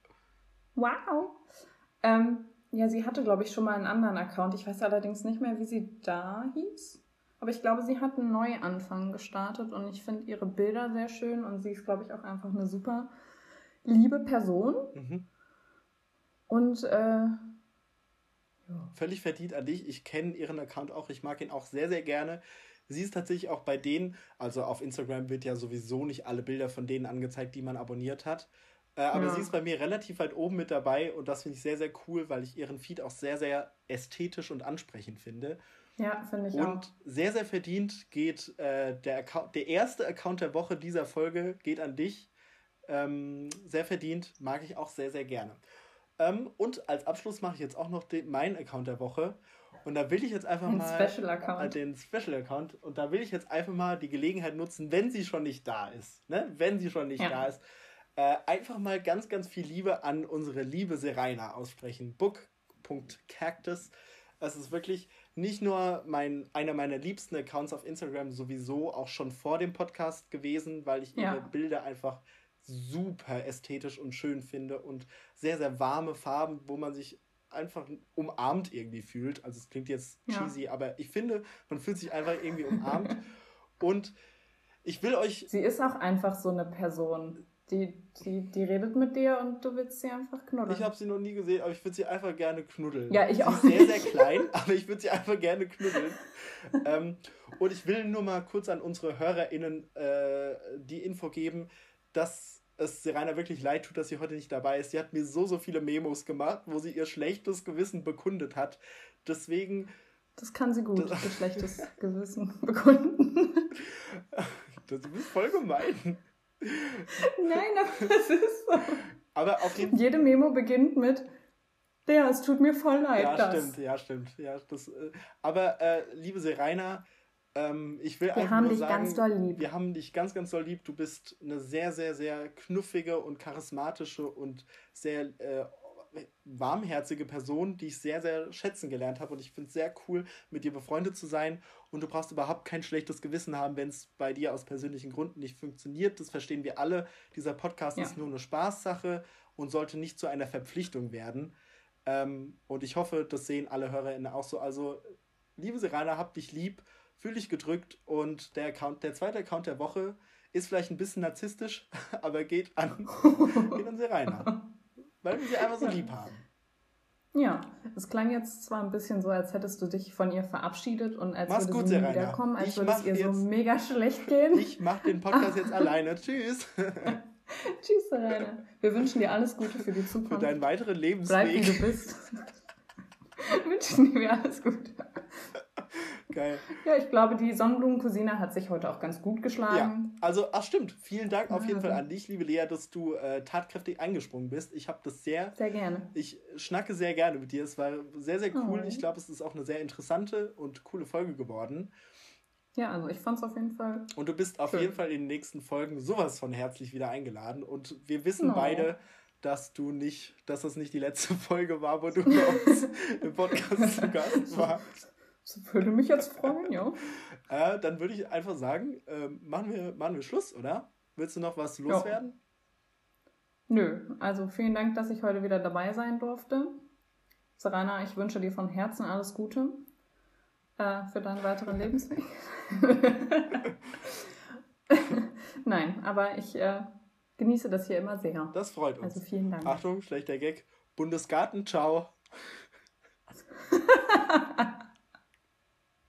Wow. Ähm, ja, sie hatte, glaube ich, schon mal einen anderen Account. Ich weiß allerdings nicht mehr, wie sie da hieß. Aber ich glaube, sie hat einen Neuanfang gestartet und ich finde ihre Bilder sehr schön und sie ist, glaube ich, auch einfach eine super liebe Person. Mhm. Und, äh, ja. Völlig verdient an dich. Ich kenne ihren Account auch. Ich mag ihn auch sehr, sehr gerne. Sie ist tatsächlich auch bei denen, also auf Instagram wird ja sowieso nicht alle Bilder von denen angezeigt, die man abonniert hat. Äh, aber Ja. sie ist bei mir relativ weit oben mit dabei und das finde ich sehr, sehr cool, weil ich ihren Feed auch sehr, sehr ästhetisch und ansprechend finde. Ja, finde ich und auch. sehr, sehr verdient geht äh, der Account, der erste Account der Woche dieser Folge geht an dich. Ähm, sehr verdient, mag ich auch sehr, sehr gerne. Ähm, und als Abschluss mache ich jetzt auch noch den, meinen Account der Woche. Und da will ich jetzt einfach Ein mal Special Account. äh, den Special Account. Und da will ich jetzt einfach mal die Gelegenheit nutzen, wenn sie schon nicht da ist, ne? Wenn sie schon nicht Ja. da ist, äh, einfach mal ganz, ganz viel Liebe an unsere liebe Serena aussprechen. book.cactus. Es ist wirklich nicht nur mein, einer meiner liebsten Accounts auf Instagram, sowieso auch schon vor dem Podcast gewesen, weil ich ihre Ja. Bilder einfach super ästhetisch und schön finde und sehr, sehr warme Farben, wo man sich einfach umarmt irgendwie fühlt. Also es klingt jetzt Ja. cheesy, aber ich finde, man fühlt sich einfach irgendwie umarmt. Und ich will euch... Sie ist auch einfach so eine Person, die, die, die redet mit dir und du willst sie einfach knuddeln. Ich habe sie noch nie gesehen, aber ich würde sie einfach gerne knuddeln. Ja, ich sie auch ist sehr, sehr nicht. klein, aber ich würde sie einfach gerne knuddeln. ähm, und ich will nur mal kurz an unsere HörerInnen äh, die Info geben, dass es Serena wirklich leid tut, dass sie heute nicht dabei ist. Sie hat mir so, so viele Memos gemacht, wo sie ihr schlechtes Gewissen bekundet hat. Deswegen... Das kann sie gut, Das- ihr schlechtes Gewissen bekunden. Du bist voll gemein. Nein, aber das ist so. Aber auf jeden Fall... Jede Memo beginnt mit, ja, es tut mir voll leid, Ja, das. stimmt, ja, stimmt. Ja, das, äh, aber äh, liebe Serena, ähm, ich will Wir einfach haben nur dich sagen, ganz doll lieb. wir haben dich ganz, ganz doll lieb. Du bist eine sehr, sehr, sehr knuffige und charismatische und sehr äh, warmherzige Person, die ich sehr, sehr schätzen gelernt habe. Und ich finde es sehr cool, mit dir befreundet zu sein. Und du brauchst überhaupt kein schlechtes Gewissen haben, wenn es bei dir aus persönlichen Gründen nicht funktioniert. Das verstehen wir alle. Dieser Podcast Ja. ist nur eine Spaßsache. und sollte nicht zu einer Verpflichtung werden. Ähm, und ich hoffe, das sehen alle HörerInnen auch so. Also, liebe Serena, hab dich lieb, fühl dich gedrückt und der Account, der zweite Account der Woche ist vielleicht ein bisschen narzisstisch, aber geht an, geht an Serena. Weil wir sie einfach so Ja. lieb haben. Ja, es klang jetzt zwar ein bisschen so, als hättest du dich von ihr verabschiedet und als Mach's würde gut, sie nie Serena. wiederkommen, als Ich würde es mach ihr so jetzt- mega schlecht gehen. Ich mach den Podcast jetzt alleine. Tschüss. Tschüss, Serena. Wir wünschen dir alles Gute für die Für Zukunft. deinen weiteren Bleib wie Lebensweg. du bist. Wünschen dir alles Gute. Geil. Ja, ich glaube, die Sonnenblumencousine hat sich heute auch ganz gut Ja, geschlagen. also, ach stimmt. Vielen Dank auf Ja, jeden Fall also- an dich, liebe Lea, dass du äh, tatkräftig eingesprungen bist. Ich habe das sehr, Sehr gerne. ich schnacke sehr gerne mit dir. Es war sehr, sehr cool. Oh. Ich glaube, es ist auch eine sehr interessante und coole Folge geworden. Ja, also ich fand es auf jeden Fall. Und du bist auf Schön. jeden Fall in den nächsten Folgen sowas von herzlich wieder eingeladen. Und wir wissen Oh. beide, dass du nicht, dass das nicht die letzte Folge war, wo du bei uns im Podcast zu Gast warst. Das würde mich jetzt freuen, ja. Äh, dann würde ich einfach sagen, ähm, machen wir, machen wir Schluss, oder? Willst du noch was loswerden? Nö, also vielen Dank, dass ich heute wieder dabei sein durfte. Serena, ich wünsche dir von Herzen alles Gute äh, für deinen weiteren Lebensweg. Nein, aber ich äh, genieße das hier immer sehr. Das freut uns. Also vielen Dank. Achtung, schlechter Gag. Bundesgarten, ciao.